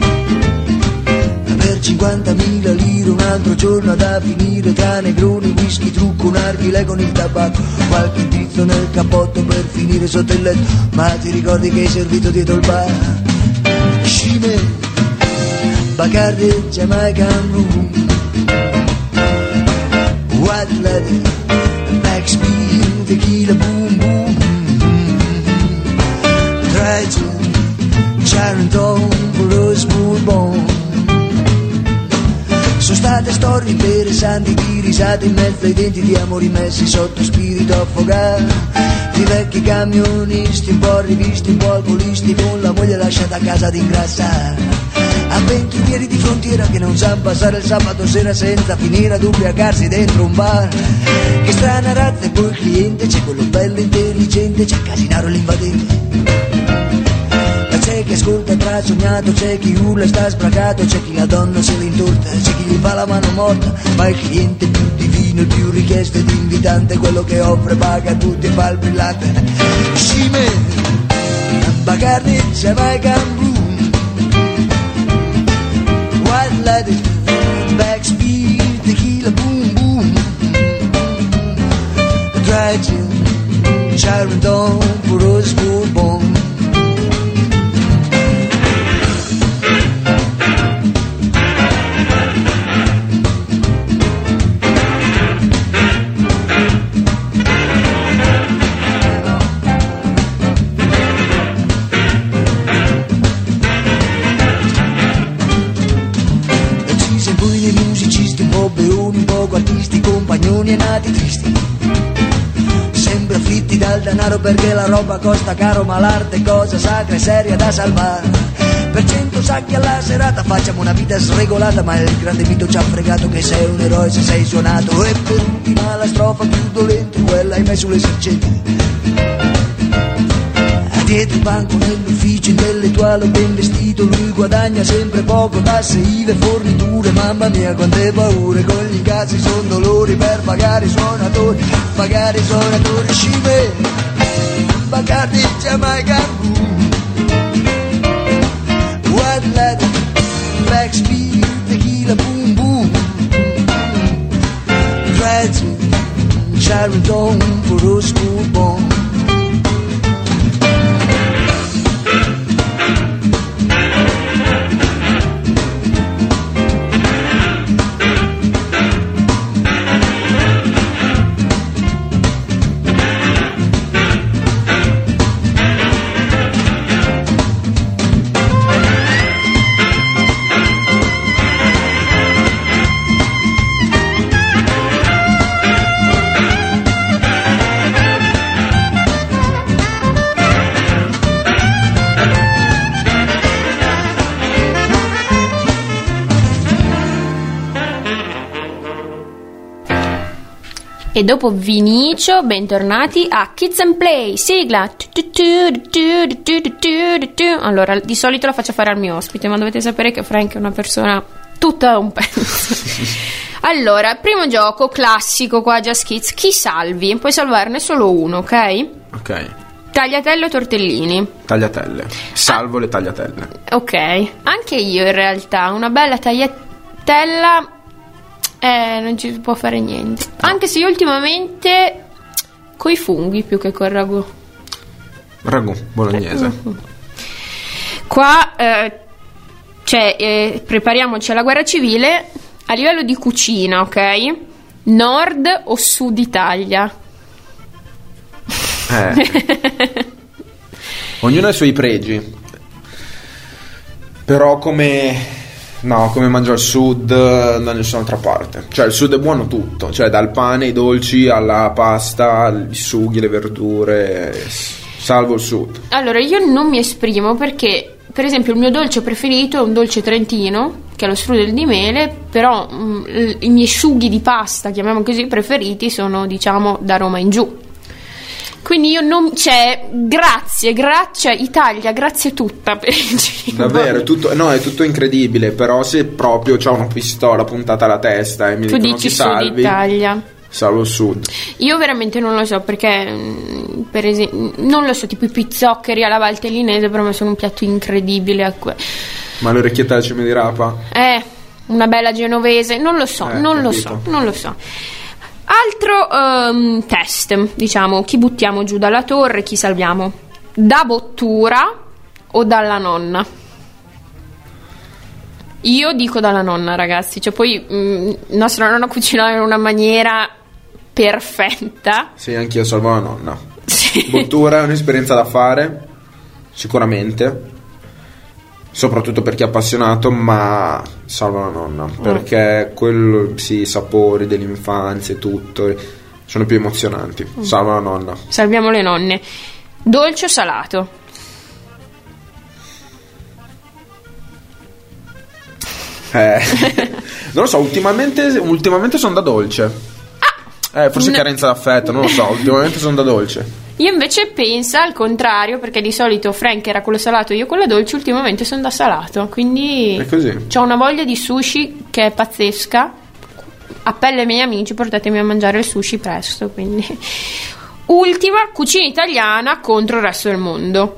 Per 50.000 lire un altro giorno da finire, tra negroni, whisky, trucco, un narghile con il tabacco, qualche drizzo nel cappotto per finire sotto il letto. Ma ti ricordi che hai servito dietro il bar? Scime, Bacardi, Jamaican Rum, White Leather, Max Bean, Tequila, Boom Boom, Charenton for a smooth bone. Sono state storie interessanti di risate in mezzo ai denti, di amori messi sotto spirito affogato, di vecchi camionisti un po' rivisti, un po' alcolisti, con la moglie lasciata a casa ad ingrassare, avventurieri di frontiera che non sanno passare il sabato sera senza finire ad ubriacarsi dentro un bar. Che strana razza è quel cliente, c'è quello bello intelligente, c'è Casinaro l'invadente, c'è che ascolta avrà sognato, c'è chi urla e sta sbracato, c'è chi la donna se l'intorta, c'è chi gli fa la mano morta, ma il cliente più divino, il più richiesto ed invitante, quello che offre paga a tutti e fa il brillante. Scime, Bacardi, Jamaican Blue, White Ladies, Backspeed, Tequila, Boom Boom, Dry Gin, Sharon Dawn, for us were born. Compagnoni e nati tristi, sempre afflitti dal denaro perché la roba costa caro, ma l'arte è cosa sacra e seria da salvare. Per 100 sacchi alla serata facciamo una vita sregolata, ma il grande mito ci ha fregato che sei un eroe se sei suonato. E per ultima la strofa più dolente, quella hai messo le sercenti. Dietro il banco nell'ufficio intellettuale ben vestito, lui guadagna sempre poco, tasse, IVA e forniture, mamma mia quante paure, con gli incassi son dolori per pagare i suonatori, scime, Bacardi, Jamaica, White Lady, Backspeed, Tequila, Boom Boom, Dry Gin, Sharon Dawn, for us were born. E dopo Vinicio, bentornati a Kids and Play, sigla. Allora, di solito la faccio fare al mio ospite, ma dovete sapere che Frank è una persona tutta un pezzo. Allora, primo gioco classico qua a Just Kids, chi salvi? Puoi salvarne solo uno, ok? Ok. Tagliatelle o tortellini? Tagliatelle. Salvo le tagliatelle. Ok. Anche io in realtà, una bella tagliatella... non ci può fare niente. Anche se io ultimamente coi funghi più che col ragù. Ragù bolognese. Qua prepariamoci alla guerra civile a livello di cucina, ok? Nord o sud Italia? Ognuno ha i suoi pregi. Però come mangia al sud da nessun'altra parte. Cioè il sud è buono tutto, cioè dal pane, i dolci alla pasta, i sughi, le verdure, salvo il sud. Allora io non mi esprimo perché per esempio il mio dolce preferito è un dolce trentino che è lo strudel di mele, però i miei sughi di pasta, chiamiamo così, preferiti sono diciamo da Roma in giù. Quindi io non grazie Italia, grazie tutta per il cibo. Davvero, è tutto incredibile, però se proprio c'ho una pistola puntata alla testa e mi dicono dici chi salvi, Sud Italia. Salvo il sud. Io veramente non lo so perché per esempio non lo so, tipo i pizzoccheri alla valtellinese per me sono un piatto incredibile. Ma l'orecchietta al cime di rapa? Una bella genovese, non lo so. Altro test, diciamo, chi buttiamo giù dalla torre, chi salviamo? Da Bottura o dalla nonna? Io dico dalla nonna, ragazzi, cioè poi nostra nonna cucinava in una maniera perfetta. Sì, anch'io salvo la nonna. Sì. Bottura è un'esperienza da fare, sicuramente, soprattutto per chi è appassionato, ma salvo la nonna, perché quello, sì, i sapori dell'infanzia e tutto sono più emozionanti. Salvo la nonna. Salviamo le nonne. Dolce o salato? Non lo so, ultimamente sono da dolce. Forse carenza d'affetto, non lo so, ultimamente sono da dolce. Io invece pensa al contrario, perché di solito Frank era quello salato, io quello dolce, ultimamente sono da salato, quindi È così. c'ho una voglia di sushi che è pazzesca. Appello ai miei amici, portatemi a mangiare il sushi presto, quindi. Ultima, cucina italiana contro il resto del mondo.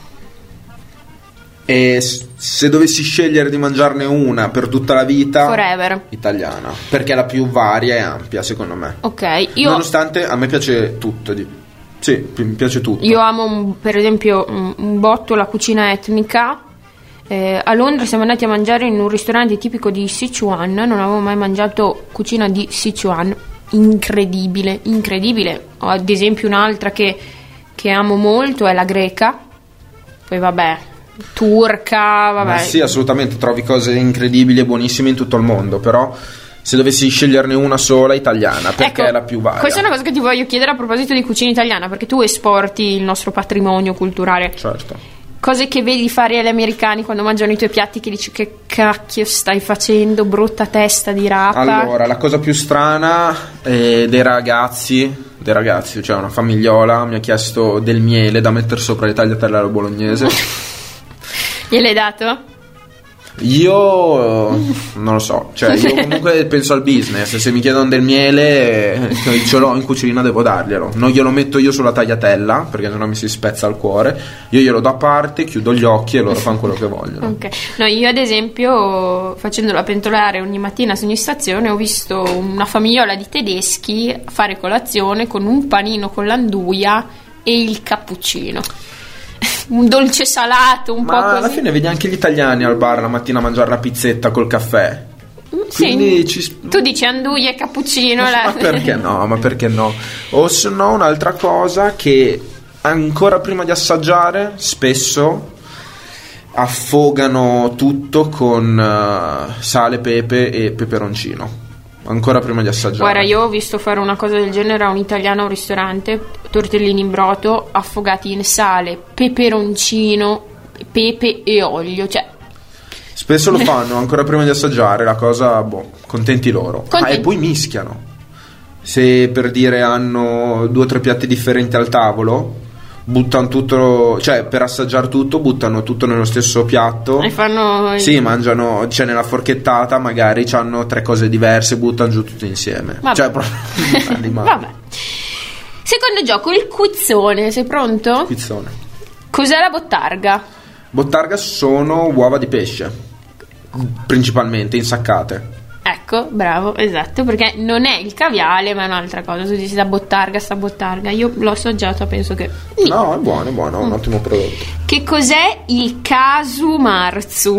E se dovessi scegliere di mangiarne una per tutta la vita, Forever. italiana, perché è la più varia e ampia, secondo me. Ok, io Nonostante a me piace tutto. Sì, mi piace tutto. Io amo per esempio un botto la cucina etnica. A Londra siamo andati a mangiare in un ristorante tipico di Sichuan. Non avevo mai mangiato cucina di Sichuan. Incredibile. Ho ad esempio un'altra che amo molto, è la greca. Poi vabbè, turca, vabbè. Ma sì, assolutamente, trovi cose incredibili e buonissime in tutto il mondo, però se dovessi sceglierne una sola, italiana, perché Ecco, è la più varia. Questa è una cosa che ti voglio chiedere a proposito di cucina italiana, perché tu esporti il nostro patrimonio culturale. Certo. Cose che vedi fare agli americani quando mangiano i tuoi piatti, che dici che cacchio stai facendo, brutta testa di rapa. Allora, la cosa più strana dei ragazzi, cioè una famigliola mi ha chiesto del miele da mettere sopra le tagliatelle alla bolognese. Gliel'hai dato? Io non lo so, cioè io comunque penso al business. Se mi chiedono del miele, ce l'ho in cucina, devo darglielo. Non glielo metto io sulla tagliatella, perché sennò mi si spezza il cuore. Io glielo do a parte, chiudo gli occhi e loro fanno quello che vogliono. Ok. No, io ad esempio, facendolo pentolare ogni mattina su ogni stazione, ho visto una famigliola di tedeschi fare colazione con un panino con l'anduia e il cappuccino. Un dolce salato, un po' Ma così. alla fine vedi anche gli italiani al bar la mattina a mangiare la pizzetta col caffè. Quindi Tu dici anduia e cappuccino. Ma perché no? Ma perché no? O se no, un'altra cosa che ancora prima di assaggiare spesso affogano tutto con sale, pepe e peperoncino. Ancora prima di assaggiare. Guarda, io ho visto fare una cosa del genere a un italiano a un ristorante, tortellini in brodo affogati in sale, peperoncino, pepe e olio, cioè Spesso lo fanno ancora prima di assaggiare, la cosa, contenti loro. Contenti. E poi mischiano. Se per dire hanno 2 o 3 piatti differenti al tavolo, buttano tutto, cioè per assaggiare tutto buttano tutto nello stesso piatto e fanno sì, mangiano, cioè nella forchettata magari hanno 3 cose diverse, buttano giù tutto insieme. Vabbè. Cioè proprio Vabbè. Secondo gioco, il quizzone, sei pronto? Quizzone. Cos'è la bottarga? Bottarga sono uova di pesce, principalmente insaccate. Ecco, bravo, esatto, perché non è il caviale ma è un'altra cosa. Tu dici sta bottarga, io l'ho assaggiata, penso che No, è buono, un ottimo prodotto. Che cos'è il casumarzu?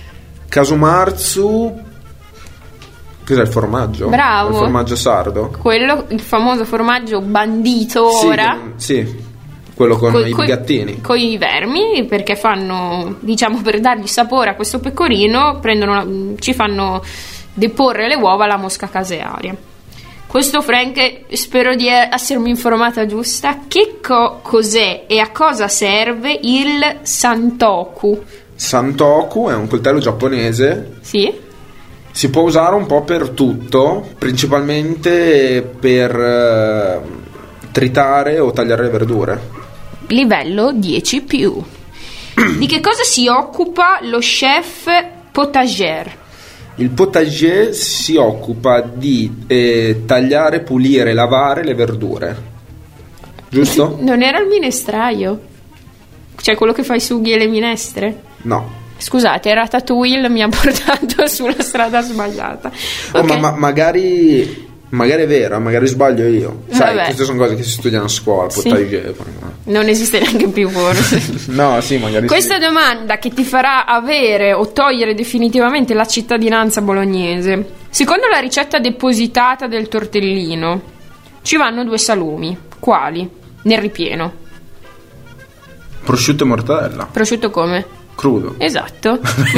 Casumarzu, cos'è, il formaggio? Bravo. Il formaggio sardo? Quello, il famoso formaggio bandito ora. Sì, quello con i gattini. Con i vermi, perché fanno, diciamo, per dargli sapore a questo pecorino, ci fanno deporre le uova alla mosca casearia. Questo, Frank, spero di essermi informata giusta. Che cos'è e a cosa serve il santoku? Santoku è un coltello giapponese. Sì? Si può usare un po' per tutto, principalmente per tritare o tagliare le verdure. Livello 10+. Di che cosa si occupa lo chef potager? Il potager si occupa di tagliare, pulire, lavare le verdure. Giusto? Non era il minestraio? Cioè quello che fa i sughi e le minestre? No. Scusate, Ratatouille mi ha portato sulla strada sbagliata. Okay. Ma magari è vero, magari sbaglio io. Sai, Vabbè. queste sono cose che si studiano a scuola. Sì. Potager. Non esiste neanche più, forse. No, sì, magari Questa sì. domanda che ti farà avere o togliere definitivamente la cittadinanza bolognese. Secondo la ricetta depositata del tortellino, ci vanno 2 salumi. Quali? Nel ripieno. Prosciutto e mortadella. Prosciutto come? Crudo. Esatto.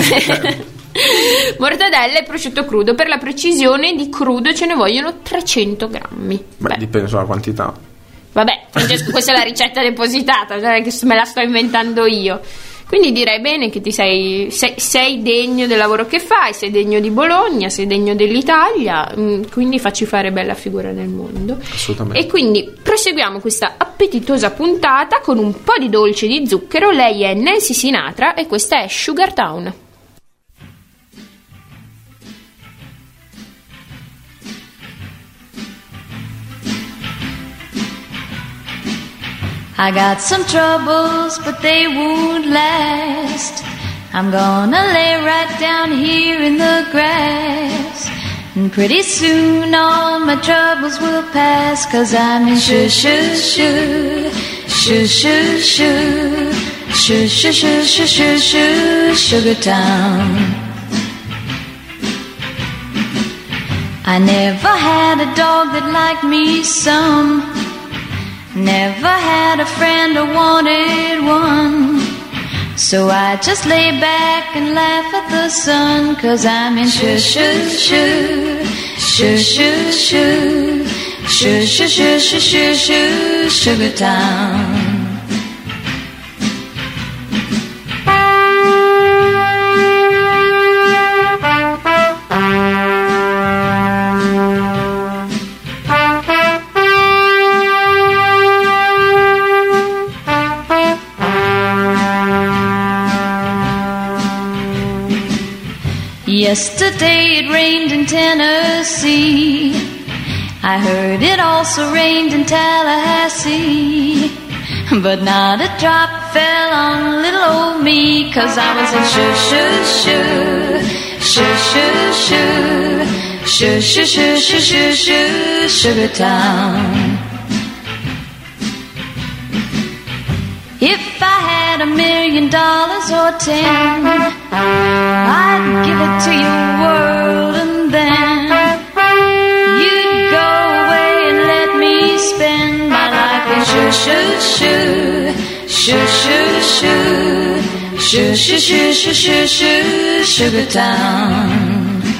Mortadella e prosciutto crudo. Per la precisione, di crudo ce ne vogliono 300 grammi. Beh, dipende dalla quantità. Vabbè, Francesco, questa è la ricetta depositata, cioè che me la sto inventando io. Quindi direi bene che sei degno del lavoro che fai, sei degno di Bologna, sei degno dell'Italia, quindi facci fare bella figura nel mondo. Assolutamente. E quindi proseguiamo questa appetitosa puntata con un po' di dolce di zucchero. Lei è Nancy Sinatra e questa è Sugar Town. I got some troubles, but they won't last. I'm gonna lay right down here in the grass, and pretty soon all my troubles will pass, 'cause I'm in Sugar Town. I never had a dog that liked me some, never had a friend or wanted one, so I just lay back and laugh at the sun, 'cause I'm in Sugar Town. Yesterday it rained in Tennessee. I heard it also rained in Tallahassee, but not a drop fell on little old me, 'cause I was in Sugar Town. If I had $1 million or 10, I'd give it to your world, and then you'd go away and let me spend my life in Sugar Town.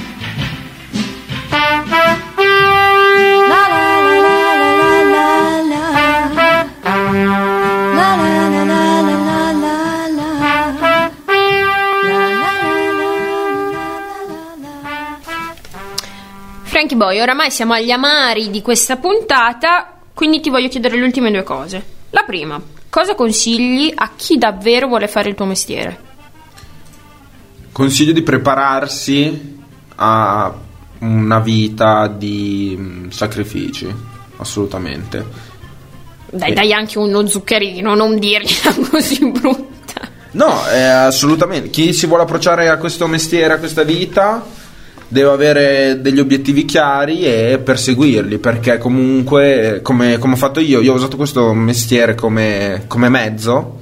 Frankie Boy, oramai siamo agli amari di questa puntata, quindi ti voglio chiedere le ultime due cose. La prima, cosa consigli a chi davvero vuole fare il tuo mestiere? Consiglio di prepararsi a una vita di sacrifici, assolutamente. Dai anche uno zuccherino, non dirgliela così brutta. No, assolutamente. Chi si vuole approcciare a questo mestiere, a questa vita, deve avere degli obiettivi chiari e perseguirli, perché comunque, come ho fatto io ho usato questo mestiere come mezzo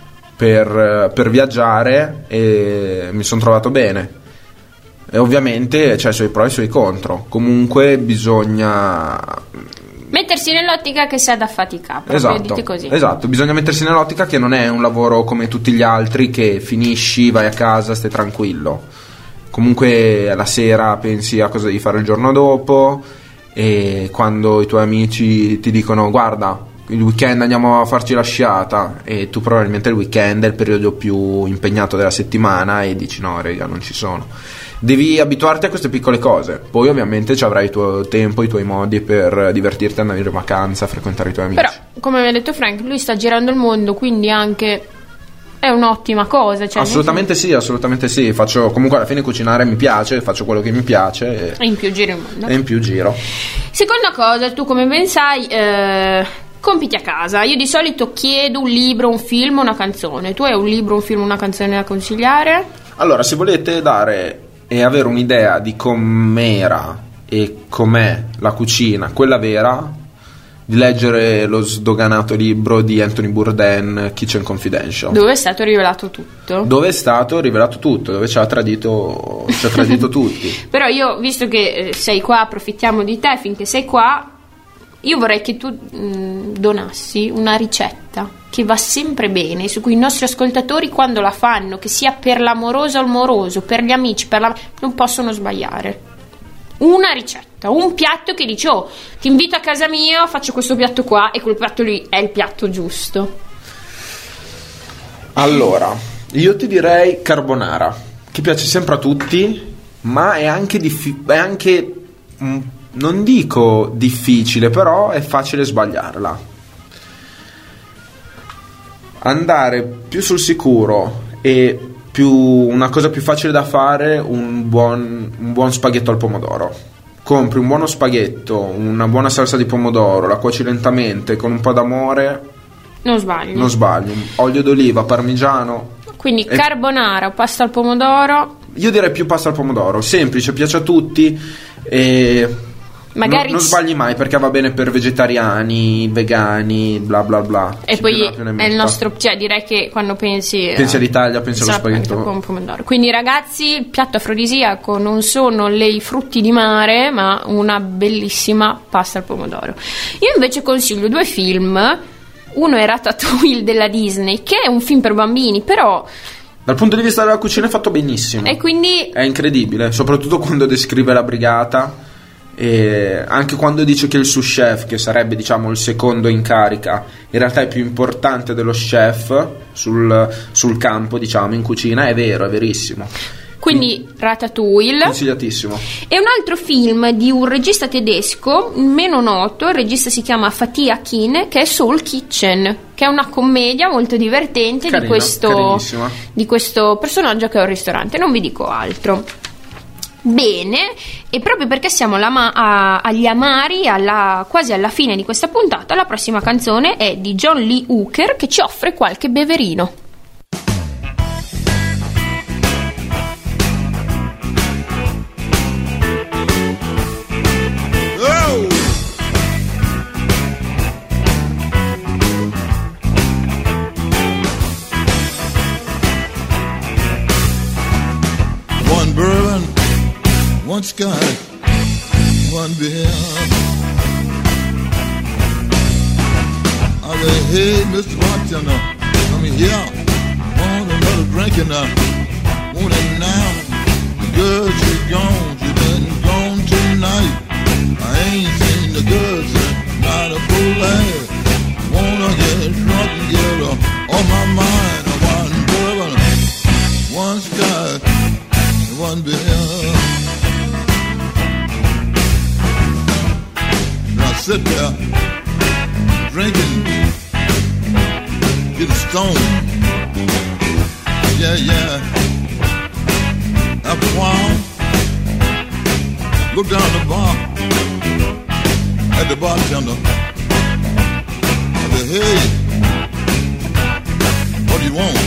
per viaggiare e mi sono trovato bene. E ovviamente c'è i suoi pro e i suoi contro. Comunque bisogna mettersi nell'ottica che sei da fatica, proprio dite così. Esatto, bisogna mettersi nell'ottica che non è un lavoro come tutti gli altri, che finisci, vai a casa, stai tranquillo. Comunque la sera pensi a cosa devi fare il giorno dopo, e quando i tuoi amici ti dicono guarda, il weekend andiamo a farci la sciata, e tu probabilmente il weekend è il periodo più impegnato della settimana e dici no raga, non ci sono. Devi abituarti a queste piccole cose, poi ovviamente ci avrai il tuo tempo, i tuoi modi per divertirti, andare in vacanza, frequentare i tuoi amici. Però come mi ha detto Frank, lui sta girando il mondo, quindi anche è un'ottima cosa, cioè assolutamente sì, faccio, comunque alla fine cucinare mi piace, faccio quello che mi piace e in più giro il mondo. E in più giro. Seconda cosa, tu come ben sai, compiti a casa. Io di solito chiedo un libro, un film, una canzone. Tu hai un libro, un film, una canzone da consigliare? Allora, se volete dare e avere un'idea di com'era e com'è la cucina, quella vera, di leggere lo sdoganato libro di Anthony Bourdain, Kitchen Confidential. Dove è stato rivelato tutto? Dove ci ha tradito tutti. Però io, visto che sei qua, approfittiamo di te finché sei qua, io vorrei che tu donassi una ricetta che va sempre bene, su cui i nostri ascoltatori quando la fanno, che sia per l'amoroso o il moroso, per gli amici, non possono sbagliare. Una ricetta, un piatto che dici ti invito a casa mia, faccio questo piatto qua, e quel piatto lì è il piatto giusto. Allora, Io ti direi carbonara, che piace sempre a tutti, ma è anche non dico difficile, però è facile sbagliarla. Andare più sul sicuro e una cosa più facile da fare, un buon spaghetto al pomodoro. Compri un buono spaghetto, una buona salsa di pomodoro, la cuoci lentamente con un po' d'amore. Non sbagli. Olio d'oliva, parmigiano. Quindi carbonara o pasta al pomodoro? Io direi più pasta al pomodoro, semplice, piace a tutti e magari non sbagli mai, perché va bene per vegetariani, vegani, bla bla bla. E poi è il nostro, cioè direi che quando pensi all'Italia, pensi allo spaghetto con pomodoro. Quindi ragazzi, il piatto afrodisiaco non sono i frutti di mare, ma una bellissima pasta al pomodoro. Io invece consiglio 2 film. Uno è Ratatouille della Disney, che è un film per bambini, però dal punto di vista della cucina è fatto benissimo. E quindi è incredibile, soprattutto quando descrive la brigata, e anche quando dice che il sous chef, che sarebbe diciamo il secondo in carica, in realtà è più importante dello chef sul campo, diciamo, in cucina. È vero, è verissimo. Quindi Ratatouille, consigliatissimo. E un altro film di un regista tedesco meno noto, il regista si chiama Fatih Akin, che è Soul Kitchen, che è una commedia molto divertente. Carina, di questo personaggio che ha un ristorante. Non vi dico altro. Bene, e proprio perché siamo agli amari, quasi alla fine di questa puntata, la prossima canzone è di John Lee Hooker, che ci offre qualche beverino. One sky, one beer. I said, hey, Mr. Bartender, come here. Want another drink and I want it now. The girl, she gone, she been gone tonight. I ain't seen the girl since not a full ass. Wanna get drunk and get her on my mind. One bourbon, one sky, one beer. Sit there, drinking, getting stoned. Yeah. After a while, look down the bar at the bartender. I said, hey, what do you want?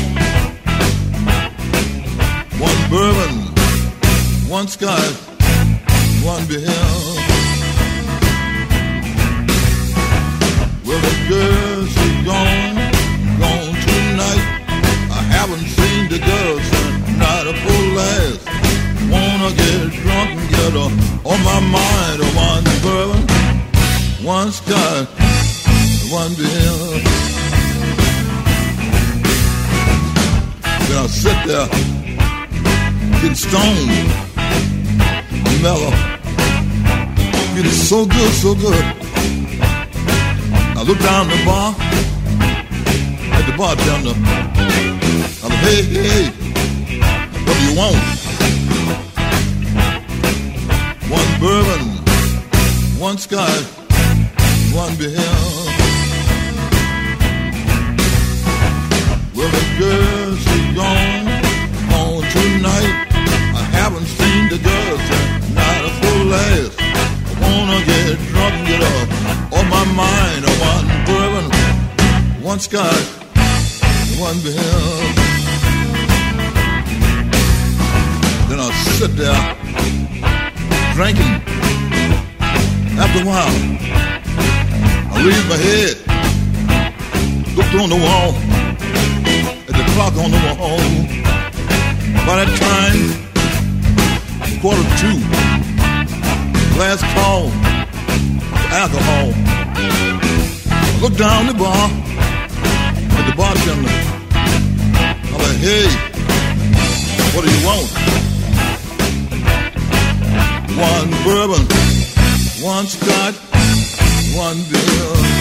One bourbon, one scotch, one beer. Well, the girl, she gone tonight. I haven't seen the girl since not a full last. Wanna get drunk and get her on my mind. One bourbon, one scotch, one beer. Then I'll sit there, getting stoned, mellow, getting so good, so good. I look down the bar at the bartender. I'm like, hey, what do you want? One bourbon, one scotch, one beer. Well, the girl, she gone tonight. I haven't seen the girl since not a full last. I wanna get drunk and get up on my mind. One bourbon, one scotch, one beer. Then I'll sit there drinking. After a while, I raise my head, looked on the wall, at the clock on the wall. By that time, 1:45, last call for alcohol. I look down the bar at the bartender. I'm like, hey, what do you want? One bourbon, one scotch, one beer.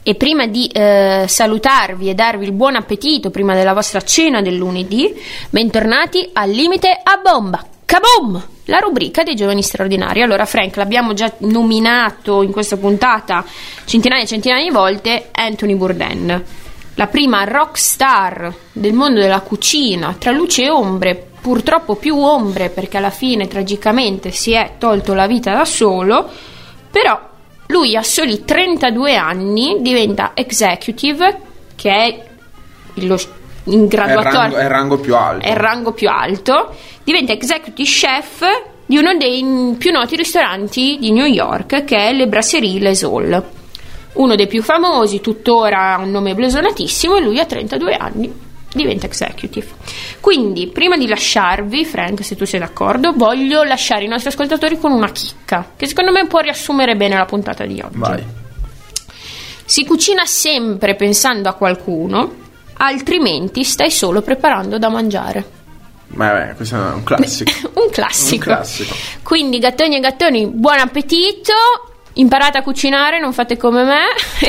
E prima di salutarvi e darvi il buon appetito prima della vostra cena del lunedì, bentornati al Limite a Bomba. Kaboom! La rubrica dei giovani straordinari. Allora, Frank, l'abbiamo già nominato in questa puntata centinaia e centinaia di volte, Anthony Bourdain, la prima rock star del mondo della cucina, tra luce e ombre, purtroppo più ombre perché alla fine tragicamente si è tolto la vita da solo, però lui a soli 32 anni diventa executive, che è in graduatoria, è il rango più alto. È il rango più alto, diventa executive chef di uno dei più noti ristoranti di New York, che è le Brasserie Les Halles, uno dei più famosi, tuttora ha un nome blasonatissimo, e lui a 32 anni diventa executive. Quindi, prima di lasciarvi, Frank, se tu sei d'accordo, voglio lasciare i nostri ascoltatori con una chicca che secondo me può riassumere bene la puntata di oggi. Vai. Si cucina sempre pensando a qualcuno, altrimenti stai solo preparando da mangiare. Beh, questo è un classico. Un classico. Quindi, gattoni e gattoni, buon appetito, imparate a cucinare, non fate come me.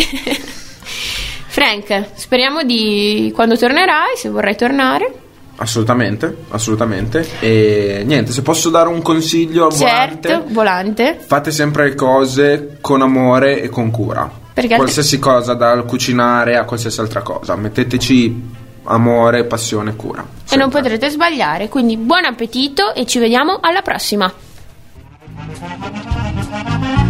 Frank, speriamo di quando tornerai, se vorrai tornare. Assolutamente. E niente, se posso dare un consiglio al volante, fate sempre le cose con amore e con cura. Perché qualsiasi cosa, dal cucinare a qualsiasi altra cosa, metteteci amore, passione, cura. E non potrete sbagliare. Quindi buon appetito e ci vediamo alla prossima.